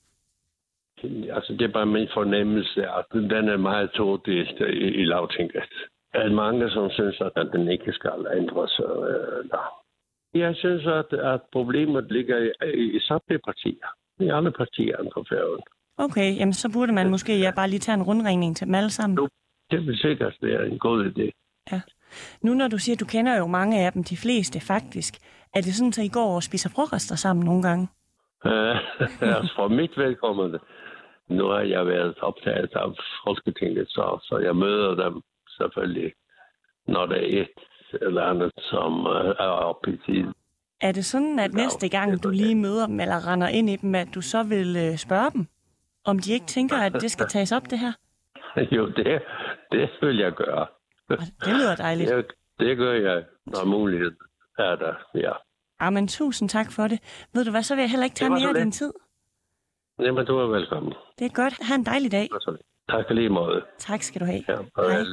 Altså, det er bare min fornemmelse, at den er meget todelt i, i Lagtinget. Der er mange, som synes, at den ikke skal ændres. Øh, Jeg synes, at, at problemet ligger i, i, i samtlige partier. I alle partier på Færøerne. Okay, jamen så burde man måske ja, bare lige tage en rundringning til dem alle sammen. Nu, det vil sikkert være en god idé. Ja. Nu når du siger, at du kender jo mange af dem, de fleste faktisk, er det sådan, at I går og spiser frokoster sammen nogle gange? Altså for mit vedkommende, nu har jeg været optaget af Folketinget, så, så jeg møder dem selvfølgelig, når der er et eller andet, som er oppe i tiden. Er det sådan, at næste gang du lige møder dem, eller render ind i dem, at du så vil spørge dem, om de ikke tænker, at det skal tages op, det her? Jo, det, det vil jeg gøre. Det lyder dejligt. Det, det gør jeg, når mulighed er der, ja. Amen, tusind tak for det. Ved du hvad, så vil jeg heller ikke tage mere af din tid. Jamen, du er velkommen. Det er godt. Ha' en dejlig dag. Tak lige måde. Tak skal du have. Ja, hej.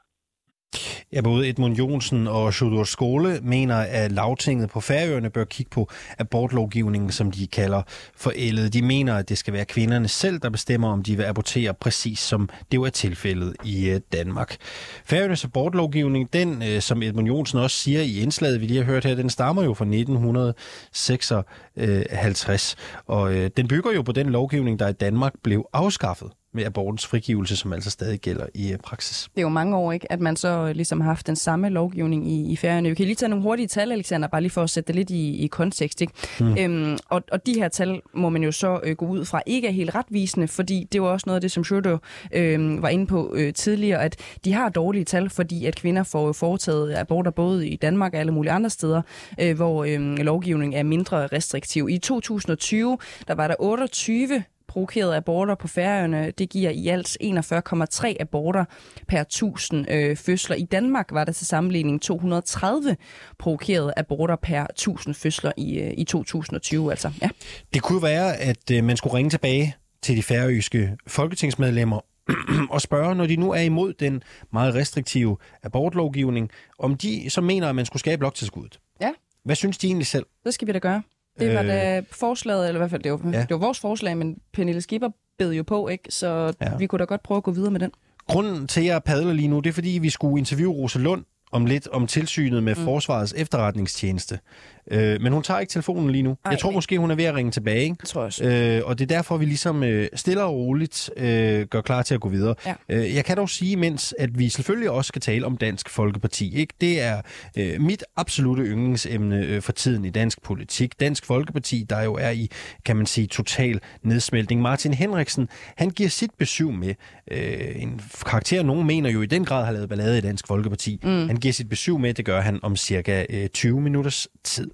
Ja, både Edmund Joensen og Sjúrður Skaale mener, at Lagtinget på Færøerne bør kigge på abortlovgivningen, som de kalder forældet. De mener, at det skal være kvinderne selv, der bestemmer, om de vil abortere, præcis som det jo er tilfældet i Danmark. Færøernes abortlovgivning, den, som Edmund Joensen også siger i indslaget, vi lige har hørt her, den stammer jo fra nitten seksoghalvtreds, og den bygger jo på den lovgivning, der i Danmark blev afskaffet med abortens frigivelse, som altså stadig gælder i uh, praksis. Det er jo mange år, ikke, at man så ligesom har haft den samme lovgivning i, i Færøerne. Vi kan lige tage nogle hurtige tal, Alexander, bare lige for at sætte det lidt i, i kontekst. Ikke? Mm. Øhm, og, og de her tal må man jo så øh, gå ud fra ikke er helt retvisende, fordi det var også noget af det, som Sjúrður øh, var inde på øh, tidligere, at de har dårlige tal, fordi at kvinder får foretaget aborter både i Danmark og alle mulige andre steder, øh, hvor øh, lovgivningen er mindre restriktiv. I to tusind og tyve, der var der otteogtyve provokerede aborter på Færøerne. Det giver i alt enogfyrre komma tre aborter per tusind øh, fødsler. I Danmark var der til sammenligning to hundrede og tredive provokerede aborter per tusind fødsler i, øh, i to tusind og tyve. Altså. Ja. Det kunne være, at øh, man skulle ringe tilbage til de færøske folketingsmedlemmer og spørge, når de nu er imod den meget restriktive abortlovgivning, om de så mener, at man skulle skabe bloktilskuddet. Ja. Hvad synes de egentlig selv? Det skal vi da gøre. Det var da forslaget, eller i hvert fald det var, ja. det var vores forslag, men Pernille Skipper bed jo på, ikke? Så ja. Vi kunne da godt prøve at gå videre med den. Grunden til, at jeg padler lige nu, det er, fordi vi skulle interviewe Rosa Lund om lidt om tilsynet med mm. Forsvarets efterretningstjeneste. Øh, men hun tager ikke telefonen lige nu. Ej, jeg tror måske, hun er ved at ringe tilbage. Ikke? Jeg tror også. Øh, og det er derfor, vi ligesom øh, stille og roligt øh, gør klar til at gå videre. Ja. Øh, jeg kan dog sige, mens at vi selvfølgelig også skal tale om Dansk Folkeparti. Ikke? Det er øh, mit absolutte yndlingsemne øh, for tiden i dansk politik. Dansk Folkeparti, der jo er i, kan man sige, total nedsmeltning. Martin Henriksen, han giver sit besøg med øh, en karakter, nogen mener jo i den grad har lavet ballade i Dansk Folkeparti. Mm. Han giver sit besøg med, det gør han om cirka øh, tyve minutters tid.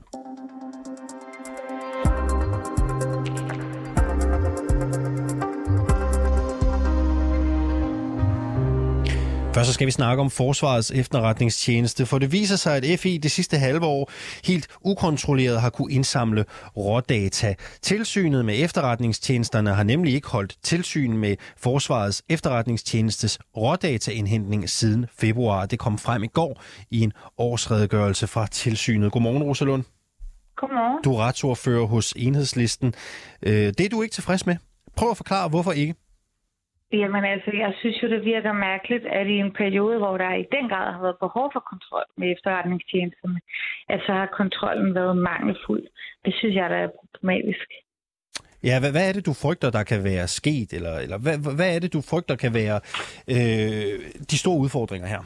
Først så skal vi snakke om Forsvarets efterretningstjeneste, for det viser sig, at F E det sidste halve år helt ukontrolleret har kunne indsamle rådata. Tilsynet med efterretningstjenesterne har nemlig ikke holdt tilsyn med Forsvarets efterretningstjenestes rådataindhentning siden februar. Det kom frem i går i en årsredegørelse fra tilsynet. Godmorgen, Rosalund. Godmorgen. Du er retsordfører hos Enhedslisten. Det er du ikke tilfreds med. Prøv at forklare, hvorfor ikke? Jamen altså, jeg synes jo, det virker mærkeligt, at i en periode, hvor der i den grad har været behov for kontrol med efterretningstjenesterne, at så har kontrollen været mangelfuld. Det synes jeg, der er problematisk. Ja, hvad, hvad er det, du frygter, der kan være sket? Eller, eller hvad, hvad er det, du frygter, kan være øh, de store udfordringer her?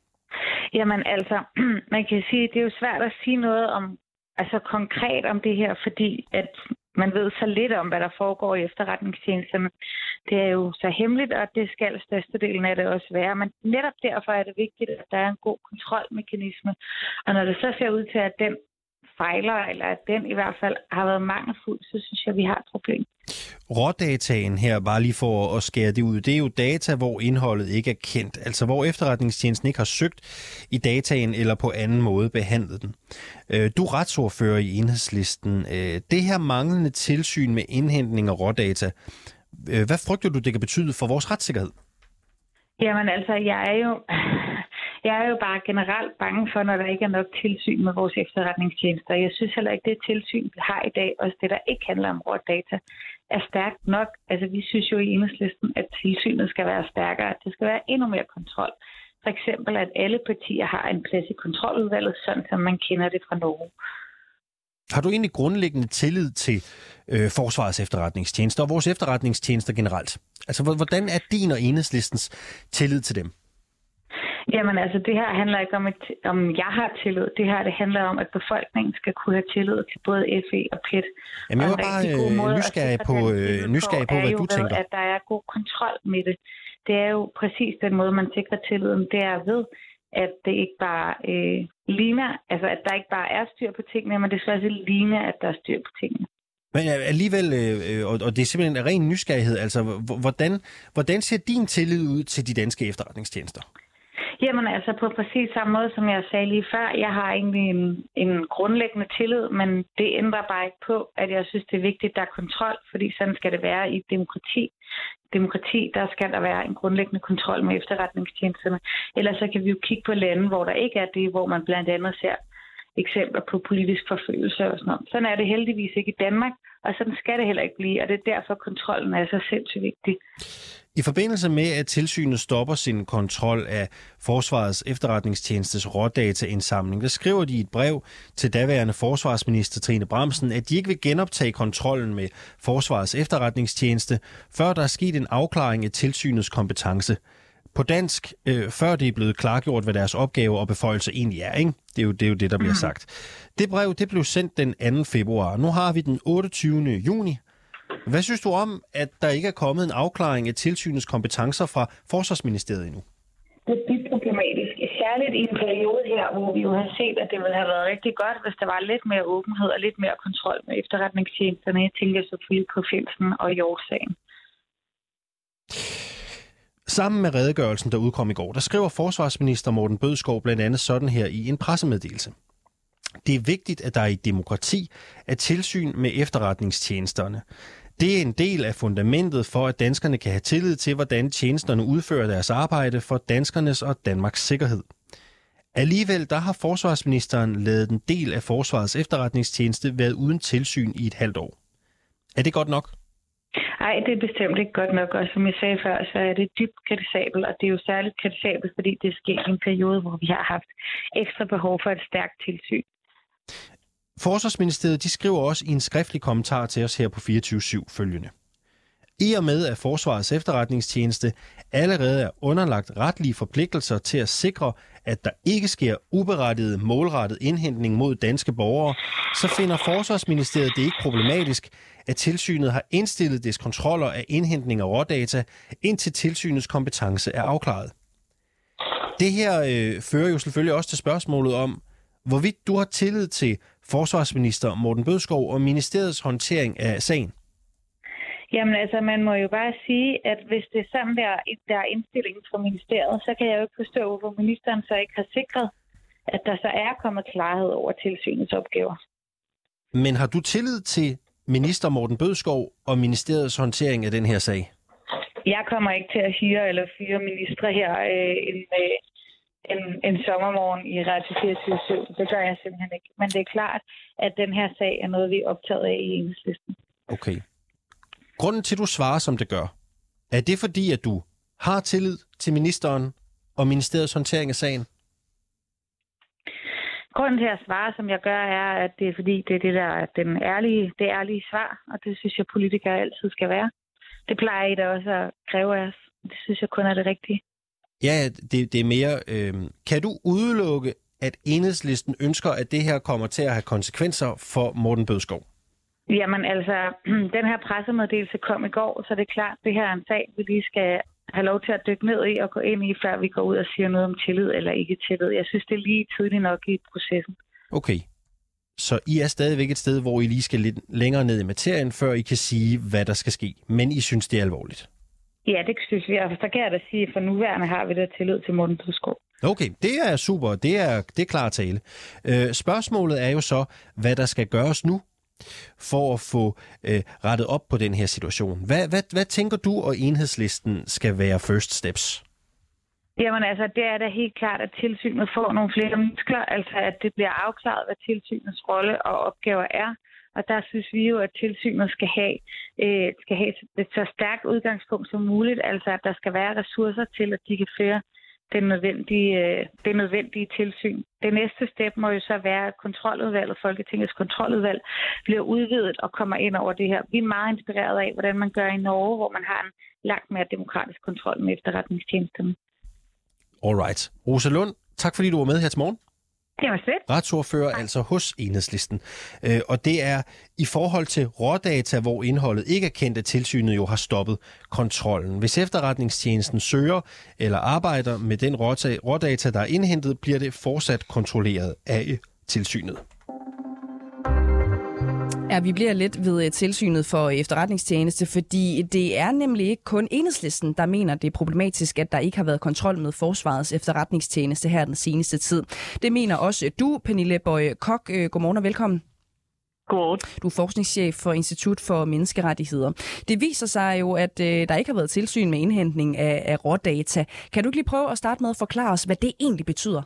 Jamen altså, man kan sige, det er jo svært at sige noget om, altså konkret om det her, fordi at man ved så lidt om, hvad der foregår i efterretningstjenesterne. Det er jo så hemmeligt, og det skal størstedelen af det også være. Men netop derfor er det vigtigt, at der er en god kontrolmekanisme. Og når det så ser ud til, at den fejler, eller at den i hvert fald har været mangelfuld, så synes jeg, at vi har et problem. Rådataen her, bare lige for at skære det ud, det er jo data, hvor indholdet ikke er kendt. Altså hvor efterretningstjenesten ikke har søgt i dataen eller på anden måde behandlet den. Du er retsordfører i Enhedslisten. Det her manglende tilsyn med indhentning af rådata, hvad frygter du, det kan betyde for vores retssikkerhed? Jamen altså, jeg er jo... Jeg er jo bare generelt bange for, når der ikke er nok tilsyn med vores efterretningstjenester. Jeg synes heller ikke, det tilsyn, vi har i dag, også det, der ikke handler om rådata, er stærkt nok. Altså, vi synes jo i Enhedslisten, at tilsynet skal være stærkere. Det skal være endnu mere kontrol. For eksempel, at alle partier har en plads i kontroludvalget, sådan som man kender det fra Norge. Har du egentlig grundlæggende tillid til øh, Forsvarets efterretningstjenester og vores efterretningstjenester generelt? Altså, hvordan er din og Enhedslistens tillid til dem? Jamen altså, det her handler ikke om, et, om jeg har tillid. Det her det handler om, at befolkningen skal kunne have tillid til både F E og P E T. Jamen, jeg var bare øh, nysgerrig på, øh, nysgerrig på hvad du ved, tænker. At der er god kontrol med det. Det er jo præcis den måde, man sikrer tilliden. Det er ved, at det ikke bare øh, ligner, altså at der ikke bare er styr på tingene, men det skal også ligne, at der er styr på tingene. Men alligevel, øh, og det er simpelthen en ren nysgerrighed, altså hvordan, hvordan ser din tillid ud til de danske efterretningstjenester? Jamen altså på præcis samme måde, som jeg sagde lige før. Jeg har egentlig en, en grundlæggende tillid, men det ændrer bare ikke på, at jeg synes, det er vigtigt, at der er kontrol, fordi sådan skal det være i demokrati. Demokrati, der skal der være en grundlæggende kontrol med efterretningstjenesterne. Ellers så kan vi jo kigge på lande, hvor der ikke er det, hvor man blandt andet ser eksempler på politisk forfølgelse og sådan noget. Sådan er det heldigvis ikke i Danmark, og sådan skal det heller ikke blive, og det er derfor, kontrollen er så sindssygt vigtig. I forbindelse med, at tilsynet stopper sin kontrol af Forsvarets efterretningstjenestes rådataindsamling, der skriver de i et brev til daværende forsvarsminister Trine Bramsen, at de ikke vil genoptage kontrollen med Forsvarets efterretningstjeneste, før der er sket en afklaring af tilsynets kompetence. På dansk, øh, før det er blevet klargjort, hvad deres opgave og beføjelse egentlig er, ikke? Det er jo det, er jo det der bliver sagt. Det brev det blev sendt den anden februar. Nu har vi den otteogtyvende juni. Hvad synes du om, at der ikke er kommet en afklaring af tilsynets kompetencer fra Forsvarsministeriet endnu? Det er dybt problematisk. Særligt i en periode her, hvor vi jo har set, at det ville have været rigtig godt, hvis der var lidt mere åbenhed og lidt mere kontrol med efterretningstjenesterne. Jeg tænker selvfølgelig på Fjelsen og Hjort-sagen. Sammen med redegørelsen, der udkom i går, der skriver forsvarsminister Morten Bødskov blandt andet sådan her i en pressemeddelelse. Det er vigtigt, at der i et demokrati er tilsyn med efterretningstjenesterne. Det er en del af fundamentet for, at danskerne kan have tillid til, hvordan tjenesterne udfører deres arbejde for danskernes og Danmarks sikkerhed. Alligevel der har forsvarsministeren ladet en del af Forsvarets efterretningstjeneste været uden tilsyn i et halvt år. Er det godt nok? Nej, det er bestemt ikke godt nok, og som jeg sagde før, så er det dybt kritisabelt, og det er jo særligt kritisabelt, fordi det sker i en periode, hvor vi har haft ekstra behov for et stærkt tilsyn. Forsvarsministeriet de skriver også i en skriftlig kommentar til os her på fireogtyve syv følgende. I og med, at Forsvarets efterretningstjeneste allerede er underlagt retlige forpligtelser til at sikre, at der ikke sker uberettiget målrettet indhentning mod danske borgere, så finder Forsvarsministeriet det ikke problematisk, at tilsynet har indstillet dets kontroller af indhentning af rådata, indtil tilsynets kompetence er afklaret. Det her øh, fører jo selvfølgelig også til spørgsmålet om, hvorvidt du har tillid til forsvarsminister Morten Bødskov og ministeriets håndtering af sagen. Jamen altså, man må jo bare sige, at hvis det er sådan, der, der er indstillingen fra ministeriet, så kan jeg jo ikke forstå, hvorfor ministeren så ikke har sikret, at der så er kommet klarhed over tilsynets opgaver. Men har du tillid til minister Morten Bødskov og ministeriets håndtering af den her sag? Jeg kommer ikke til at hyre eller fyre ministre her øh, en, øh, en, en sommermorgen i Radio fireogtyve syv. Det gør jeg simpelthen ikke. Men det er klart, at den her sag er noget, vi er optaget af i Enhedslisten. Okay. Grunden til, at du svarer, som det gør, er det fordi, at du har tillid til ministeren og ministeriets håndtering af sagen? Grunden til at svare, som jeg gør, er, at det er fordi, det er det der, den ærlige, det ærlige svar, og det synes jeg, politikere altid skal være. Det plejer I da også at kræve af os. Det synes jeg kun er det rigtige. Ja, det, det er mere... Øh, kan du udelukke, at Enhedslisten ønsker, at det her kommer til at have konsekvenser for Morten Bødskov? Jamen altså, den her pressemeddelelse kom i går, så det er klart, at det her er en sag, vi lige skal have lov til at dykke ned i og gå ind i, før vi går ud og siger noget om tillid eller ikke tillid. Jeg synes, det er lige tidligt nok i processen. Okay. Så I er stadigvæk et sted, hvor I lige skal lidt længere ned i materien, før I kan sige, hvad der skal ske. Men I synes, det er alvorligt? Ja, det synes vi. Og så kan jeg da sige, at for nuværende har vi da tillid til Morten Bødskov. Okay, det er super. Det er, det er klar tale. Øh, spørgsmålet er jo så, hvad der skal gøres nu, for at få øh, rettet op på den her situation. Hvad, hvad, hvad tænker du og Enhedslisten skal være first steps? Jamen altså, det er da helt klart, at tilsynet får nogle flere muskler, altså at det bliver afklaret, hvad tilsynets rolle og opgaver er. Og der synes vi jo, at tilsynet skal have, øh, skal have et så stærkt udgangspunkt som muligt, altså at der skal være ressourcer til, at de kan føre det nødvendige, det nødvendige tilsyn. Det næste step må jo så være, at kontroludvalget, Folketingets kontroludvalg, bliver udvidet og kommer ind over det her. Vi er meget inspireret af, hvordan man gør i Norge, hvor man har en langt mere demokratisk kontrol med efterretningstjenesterne. Alright. Rosa Lund, tak fordi du var med her til morgen. Det var fedt. Retsordfører altså hos Enhedslisten. Øh, og det er i forhold til rådata, hvor indholdet ikke er kendt, at tilsynet jo har stoppet kontrollen. Hvis efterretningstjenesten søger eller arbejder med den rådata, der er indhentet, bliver det fortsat kontrolleret af tilsynet. Ja, vi bliver lidt ved tilsynet for efterretningstjeneste, fordi det er nemlig ikke kun Enhedslisten, der mener, det er problematisk, at der ikke har været kontrol med Forsvarets efterretningstjeneste her den seneste tid. Det mener også du, Pernille Boye Koch. Godmorgen og velkommen. Godmorgen. Du er forskningschef for Institut for Menneskerettigheder. Det viser sig jo, at øh, der ikke har været tilsyn med indhentning af, af rådata. Kan du ikke lige prøve at starte med at forklare os, hvad det egentlig betyder?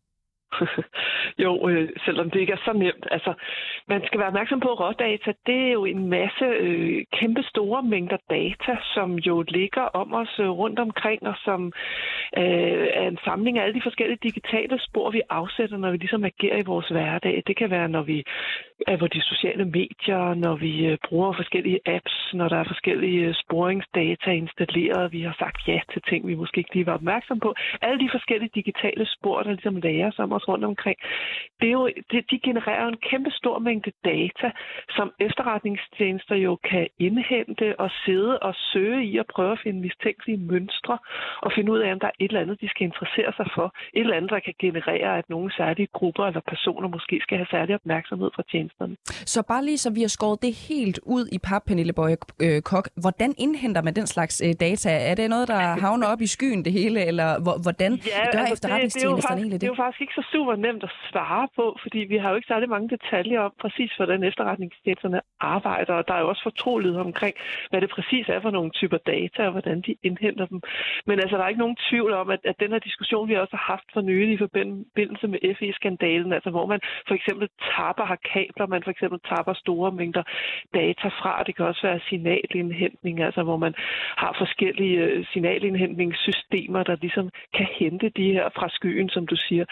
Jo, øh, selvom det ikke er så nemt. Altså, man skal være opmærksom på, at rådata, det er jo en masse øh, kæmpe store mængder data, som jo ligger om os øh, rundt omkring, og som øh, er en samling af alle de forskellige digitale spor, vi afsætter, når vi ligesom agerer i vores hverdag. Det kan være, når vi er på de sociale medier, når vi øh, bruger forskellige apps, når der er forskellige øh, sporingsdata installeret, vi har sagt ja til ting, vi måske ikke lige var opmærksom på. Alle de forskellige digitale spor, der ligesom lærer sig om os rundt omkring, det er jo, det, de genererer en kæmpe stor mængde data, som efterretningstjenester jo kan indhente og sidde og søge i og prøve at finde mistænkelige mønstre og finde ud af, om der er et eller andet, de skal interessere sig for. Et eller andet, der kan generere, at nogle særlige grupper eller personer måske skal have særlig opmærksomhed fra tjenesterne. Så bare lige så vi har skåret det helt ud i pap, Pernille Boye Koch. Hvordan indhenter man den slags data? Er det noget, der havner op i skyen det hele, eller hvordan ja, gør altså efterretningstjenesterne egentlig det? Det er jo faktisk ikke så super nemt at svare på, fordi vi har jo ikke særlig mange detaljer om præcis, hvordan efterretningstjenesterne arbejder, og der er jo også fortrolighed omkring, hvad det præcis er for nogle typer data, og hvordan de indhenter dem. Men altså, der er ikke nogen tvivl om, at, at den her diskussion, vi også har haft for nylig i forbindelse med F E-skandalen, altså hvor man for eksempel tapper, har kabler, man for eksempel tapper store mængder data fra. Det kan også være signalindhentning, altså hvor man har forskellige signalindhentningssystemer, der ligesom kan hente de her fra skyen, som du siger, forskellige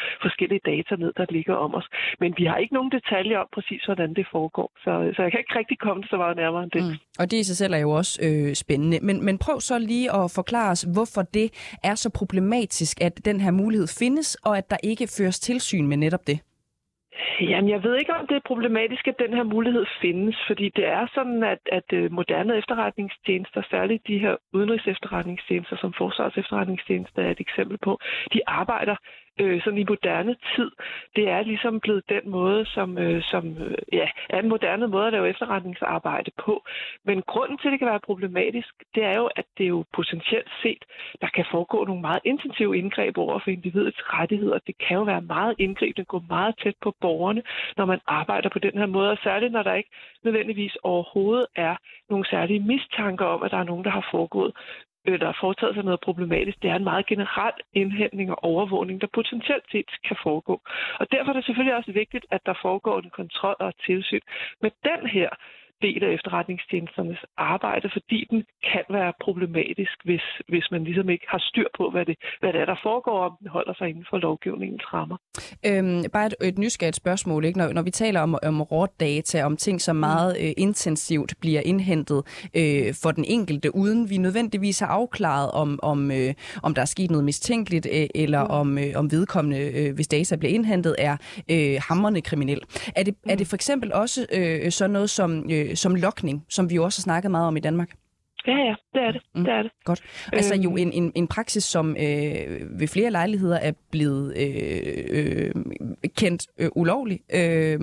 forskellige data ned, der ligger om os. Men vi har ikke nogen detaljer om præcis, hvordan det foregår. Så, så jeg kan ikke rigtig komme så meget nærmere end det. Mm. Og det i sig selv er jo også øh, spændende. Men, men prøv så lige at forklare os, hvorfor det er så problematisk, at den her mulighed findes, og at der ikke føres tilsyn med netop det. Jamen, jeg ved ikke, om det er problematisk, at den her mulighed findes, fordi det er sådan, at, at moderne efterretningstjenester, særligt de her udenrigs-efterretningstjenester, som Forsvarets efterretningstjenester er et eksempel på, de arbejder øh, sådan i moderne tid. Det er ligesom blevet den måde, som, øh, som øh, ja, er en moderne måde at lave efterretningsarbejde på. Men grunden til, at det kan være problematisk, det er jo, at det jo potentielt set, der kan foregå nogle meget intensive indgreb over for individets rettigheder. Det kan jo være meget indgribende, gå meget tæt på borgerne, når man arbejder på den her måde, og særligt når der ikke nødvendigvis overhovedet er nogle særlige mistanker om, at der er nogen, der har foregået der har foretaget sig noget problematisk. Det er en meget generel indhentning og overvågning, der potentielt set kan foregå. Og derfor er det selvfølgelig også vigtigt, at der foregår en kontrol og et tilsyn med den her del af efterretningstjenesternes arbejde, fordi den kan være problematisk, hvis, hvis man ligesom ikke har styr på, hvad det, hvad det er, der foregår, og den holder sig inden for lovgivningens rammer. Øhm, bare et, et nysgerrigt spørgsmål, ikke? Når, når vi taler om, om rådata, om ting, som meget øh, intensivt bliver indhentet øh, for den enkelte, uden vi nødvendigvis har afklaret, om, om, øh, om der er sket noget mistænkeligt, øh, eller mm. om, øh, om vedkommende, øh, hvis data bliver indhentet, er øh, hamrende kriminel. Er det, mm. er det for eksempel også øh, sådan noget som øh, som logning, som vi jo også har snakket meget om i Danmark? Ja, ja, det er det. Mm. det, er det. Godt. Altså øhm. jo en, en, en praksis, som øh, ved flere lejligheder er blevet øh, øh, kendt øh, ulovlig, øh,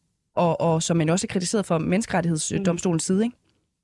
og, og som man også er kritiseret for menneskerettighedsdomstolens side, ikke?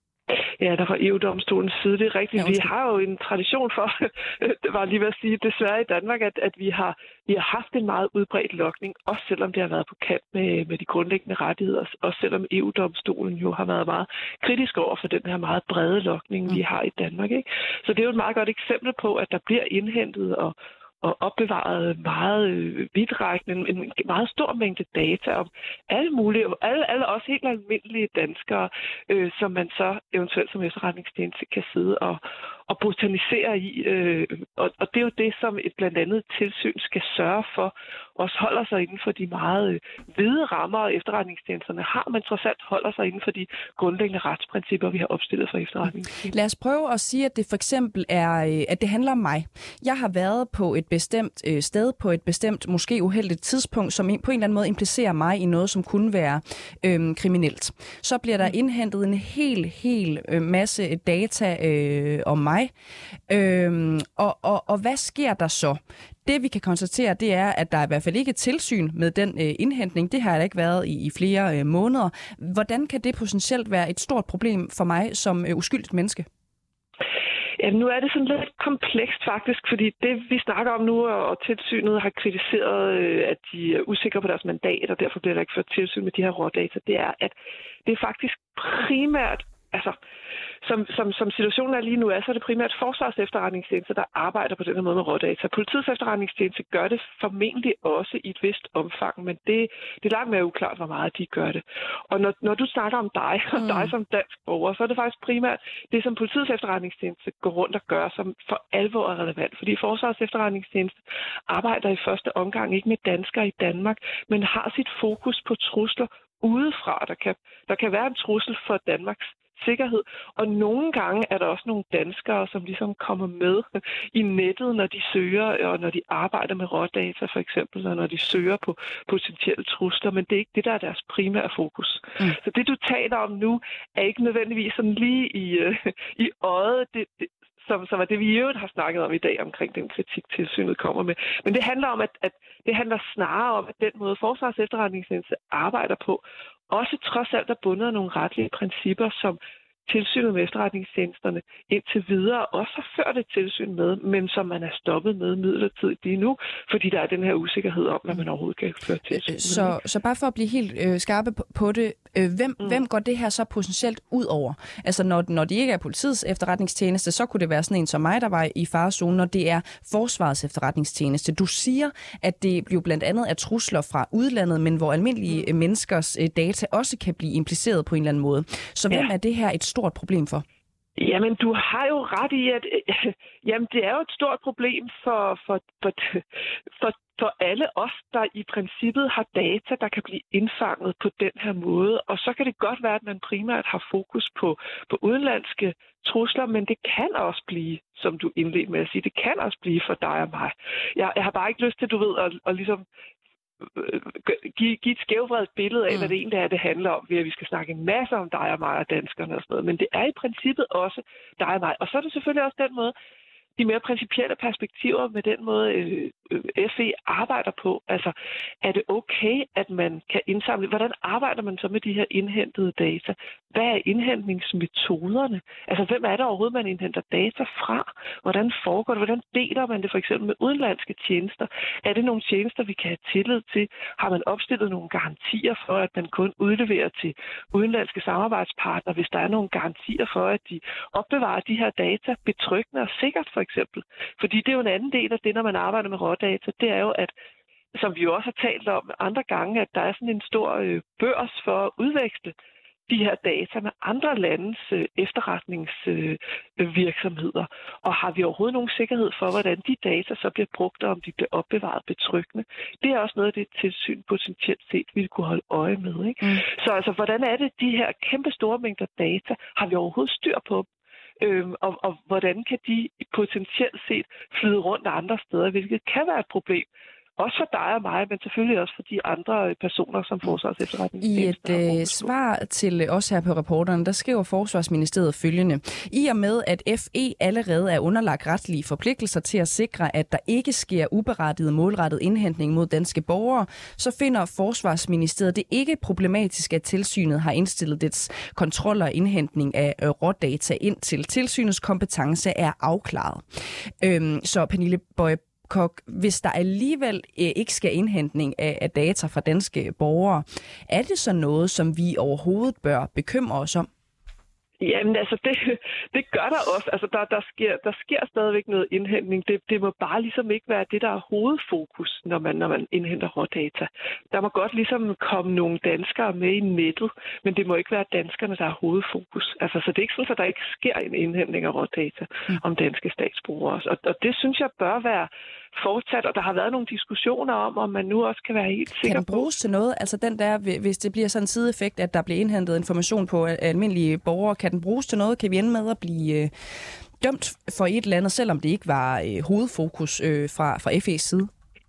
Ja, der fra E U-domstolens side, det er rigtigt. Ja, vi har jo en tradition for, det var lige ved at sige, desværre i Danmark, at, at vi, har, vi har haft en meget udbredt logning, også selvom det har været på kant med, med de grundlæggende rettigheder, også selvom E U-domstolen jo har været meget kritisk over for den her meget brede logning, mm. vi har i Danmark. Ikke? Så det er jo et meget godt eksempel på, at der bliver indhentet og og opbevaret meget øh, vidtrækkende, en meget stor mængde data om alle mulige, alle, alle også helt almindelige danskere, øh, som man så eventuelt som efterretningstjeneste kan sidde og, og botanisere i. Øh, og, og det er jo det, som et blandt andet tilsyn skal sørge for, også holder sig inden for de meget øh, hvide rammer, efterretningstjenesterne har, men trods alt holder sig inden for de grundlæggende retsprincipper, vi har opstillet for efterretningstjenesterne. Lad os prøve at sige, at det for eksempel er, at det handler om mig. Jeg har været på et bestemt øh, sted, på et bestemt, måske uheldigt tidspunkt, som på en eller anden måde implicerer mig i noget, som kunne være øh, kriminelt. Så bliver der indhentet en hel, hel øh, masse data øh, om mig. Øh, og, og, og hvad sker der så? Det vi kan konstatere, det er, at der er i hvert fald ikke tilsyn med den øh, indhentning. Det har der ikke været i, i flere øh, måneder. Hvordan kan det potentielt være et stort problem for mig som øh, uskyldigt menneske? Ja, nu er det sådan lidt komplekst faktisk, fordi det vi snakker om nu, og tilsynet har kritiseret, at de er usikre på deres mandat, og derfor bliver der ikke ført tilsyn med de her rådata, det er, at det er faktisk primært, altså som, som, som situationen er lige nu er, så er det primært Forsvarets efterretningstjeneste, der arbejder på den her måde med rådata. Politiets efterretningstjeneste gør det formentlig også i et vist omfang, men det, det er langt mere uklart, hvor meget de gør det. Og når, når du snakker om dig, og mm. dig som dansk borger, så er det faktisk primært det, som Politiets efterretningstjeneste går rundt og gør, som for alvor er relevant. Fordi Forsvarets efterretningstjeneste arbejder i første omgang ikke med danskere i Danmark, men har sit fokus på trusler udefra. Der kan, der kan være en trussel for Danmarks sikkerhed, og nogle gange er der også nogle danskere, som ligesom kommer med i nettet, når de søger, og når de arbejder med rådata for eksempel, og når de søger på potentielle trusler, men det er ikke det, der er deres primære fokus. Mm. Så det, du taler om nu, er ikke nødvendigvis sådan lige i, øh, i øjet, det, det, som, som er det, vi i øvrigt har snakket om i dag, omkring den kritik, tilsynet kommer med. Men det handler om, at, at det handler snarere om, at den måde Forsvarets efterretningstjeneste arbejder på, også trods alt er bundet af nogle retlige principper, som tilsynet med efterretningstjenesterne indtil videre også har ført et tilsyn med, men som man er stoppet med midlertidigt lige nu, fordi der er den her usikkerhed om, hvad man overhovedet kan føre tilsyn. Så, så bare for at blive helt øh, skarpe på, på det, øh, hvem, mm. hvem går det her så potentielt ud over? Altså når, når det ikke er politiets efterretningstjeneste, så kunne det være sådan en som mig, der var i farezonen, når det er Forsvarets efterretningstjeneste. Du siger, at det jo blandt andet er trusler fra udlandet, men hvor almindelige mm. menneskers øh, data også kan blive impliceret på en eller anden måde. Så hvem ja. er det her et stort problem for? Jamen, du har jo ret i, at øh, jamen, det er jo et stort problem for, for, for, for, for alle os, der i princippet har data, der kan blive indfanget på den her måde. Og så kan det godt være, at man primært har fokus på, på udenlandske trusler, men det kan også blive, som du indledte med at sige, det kan også blive for dig og mig. Jeg, jeg har bare ikke lyst til, du ved, at, at ligesom give, give et skævvredet billede af, mm. hvad det egentlig er, det handler om, ved at vi skal snakke en masse om dig og mig og danskerne og sådan noget. Men det er i princippet også dig og mig. Og så er det selvfølgelig også den måde, de mere principielle perspektiver med den måde, øh, F E arbejder på. Altså, er det okay, at man kan indsamle? Hvordan arbejder man så med de her indhentede data? Hvad er indhentningsmetoderne? Altså, hvem er det overhovedet, man indhenter data fra? Hvordan foregår det? Hvordan deler man det for eksempel med udenlandske tjenester? Er det nogle tjenester, vi kan have tillid til? Har man opstillet nogle garantier for, at man kun udleverer til udenlandske samarbejdspartnere, hvis der er nogle garantier for, at de opbevarer de her data betryggende og sikkert, for eksempel? Fordi det er jo en anden del af det, når man arbejder med rådata, det er jo, at som vi jo også har talt om andre gange, at der er sådan en stor øh, børs for at udveksle de her data med andre landes øh, efterretningsvirksomheder. Øh, og har vi overhovedet nogen sikkerhed for, hvordan de data så bliver brugt, og om de bliver opbevaret betryggende? Det er også noget af det tilsyn potentielt set, vi kunne holde øje med. Ikke? Mm. Så altså, hvordan er det, de her kæmpe store mængder data, har vi overhovedet styr på? Øhm, og, og hvordan kan de potentielt set flyde rundt andre steder, hvilket kan være et problem. Også for dig og mig, men selvfølgelig også for de andre personer, som Forsvars Efterretningstjeneste. I et øh, svar til os her på Reporteren, der skriver Forsvarsministeriet følgende. I og med, at F E allerede er underlagt retlige forpligtelser til at sikre, at der ikke sker uberettiget målrettet indhentning mod danske borgere, så finder Forsvarsministeriet det ikke problematisk, at tilsynet har indstillet dets kontrol og indhentning af øh, rådata ind til tilsynets kompetence er afklaret. Øhm, så Pernille Boye Koch, hvis der alligevel øh, ikke skal indhentning af, af data fra danske borgere, er det så noget, som vi overhovedet bør bekymre os om? Jamen altså, det, det gør der også. Altså, der, der, sker, der sker stadigvæk noget indhentning. Det, det må bare ligesom ikke være det, der er hovedfokus, når man, når man indhenter rådata. Der må godt ligesom komme nogle danskere med i nettet, men det må ikke være danskerne, der er hovedfokus. Altså, så det er ikke sådan, at der ikke sker en indhentning af rådata mm. om danske statsborgere. Og, og det synes jeg bør være fortsat, og der har været nogle diskussioner om, om man nu også kan være helt sikker på. Kan den bruges til noget? Altså den der, hvis det bliver sådan en sideeffekt, at der bliver indhentet information på almindelige borgere, kan den bruges til noget? Kan vi ende med at blive øh, dømt for et eller andet, selvom det ikke var øh, hovedfokus øh, fra, fra F E's side?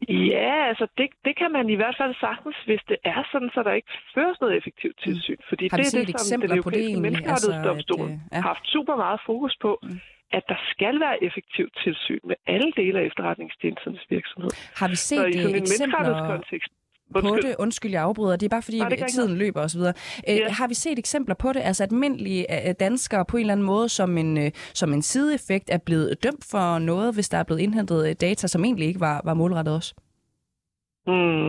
Ja, altså det, det kan man i hvert fald sagtens, hvis det er sådan, så der ikke føres noget effektivt tilsyn. Fordi har vi det set er det, som eksempler den på det egentlig? Menneskerettighedsdomstolen altså, ja. har haft super meget fokus på. Mm. At der skal være effektivt tilsyn med alle dele af efterretningstjenesternes virksomhed. Har vi set så eksempler på det? Undskyld, jeg afbryder. Det er bare fordi, Nej, tiden løber osv. Ja. Har vi set eksempler på det? Altså, at almindelige danskere på en eller anden måde som en, som en sideeffekt er blevet dømt for noget, hvis der er blevet indhentet data, som egentlig ikke var, var målrettet os? Hmm.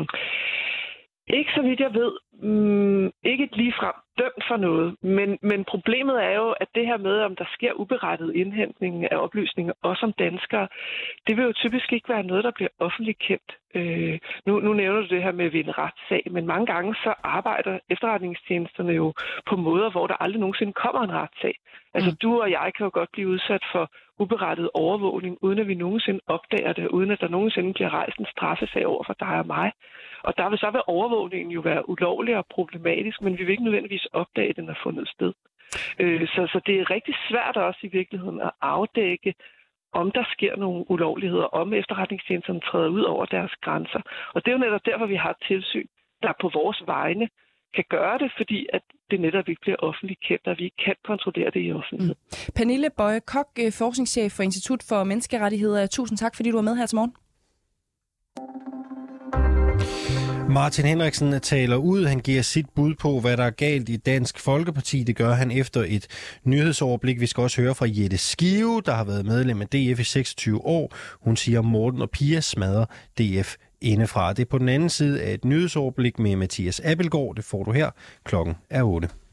Ikke så vidt jeg ved. Mm, ikke ligefrem dømt for noget, men, men problemet er jo, at det her med, om der sker uberettiget indhentning af oplysninger, også om danskere, det vil jo typisk ikke være noget, der bliver offentligt kendt. Øh, nu, nu nævner du det her med at vinde retssag, men mange gange så arbejder efterretningstjenesterne jo på måder, hvor der aldrig nogensinde kommer en retssag. Altså mm. du og jeg kan jo godt blive udsat for uberettiget overvågning, uden at vi nogensinde opdager det, uden at der nogensinde bliver rejst en straffesag over for dig og mig. Og der vil så ved overvågningen jo være ulovlig og problematisk, men vi vil ikke nødvendigvis opdage, at den er fundet sted. Øh, så, så det er rigtig svært også i virkeligheden at afdække, om der sker nogle ulovligheder, om efterretningstjenesterne træder ud over deres grænser. Og det er jo netop derfor, vi har et tilsyn, der på vores vegne kan gøre det, fordi at det netop ikke bliver offentligt kendt, og vi ikke kan kontrollere det i offentlighed. Mm. Pernille Boye Koch, forskningschef for Institut for Menneskerettigheder. Tusind tak, fordi du var med her til morgen. Martin Henriksen taler ud. Han giver sit bud på, hvad der er galt i Dansk Folkeparti. Det gør han efter et nyhedsoverblik. Vi skal også høre fra Jette Skive, der har været medlem af D F i seksogtyve år. Hun siger, Morten og Pia smadrer D F indefra. Det er på den anden side af et nyhedsoverblik med Mathias Abildgaard. Det får du her. Klokken er otte.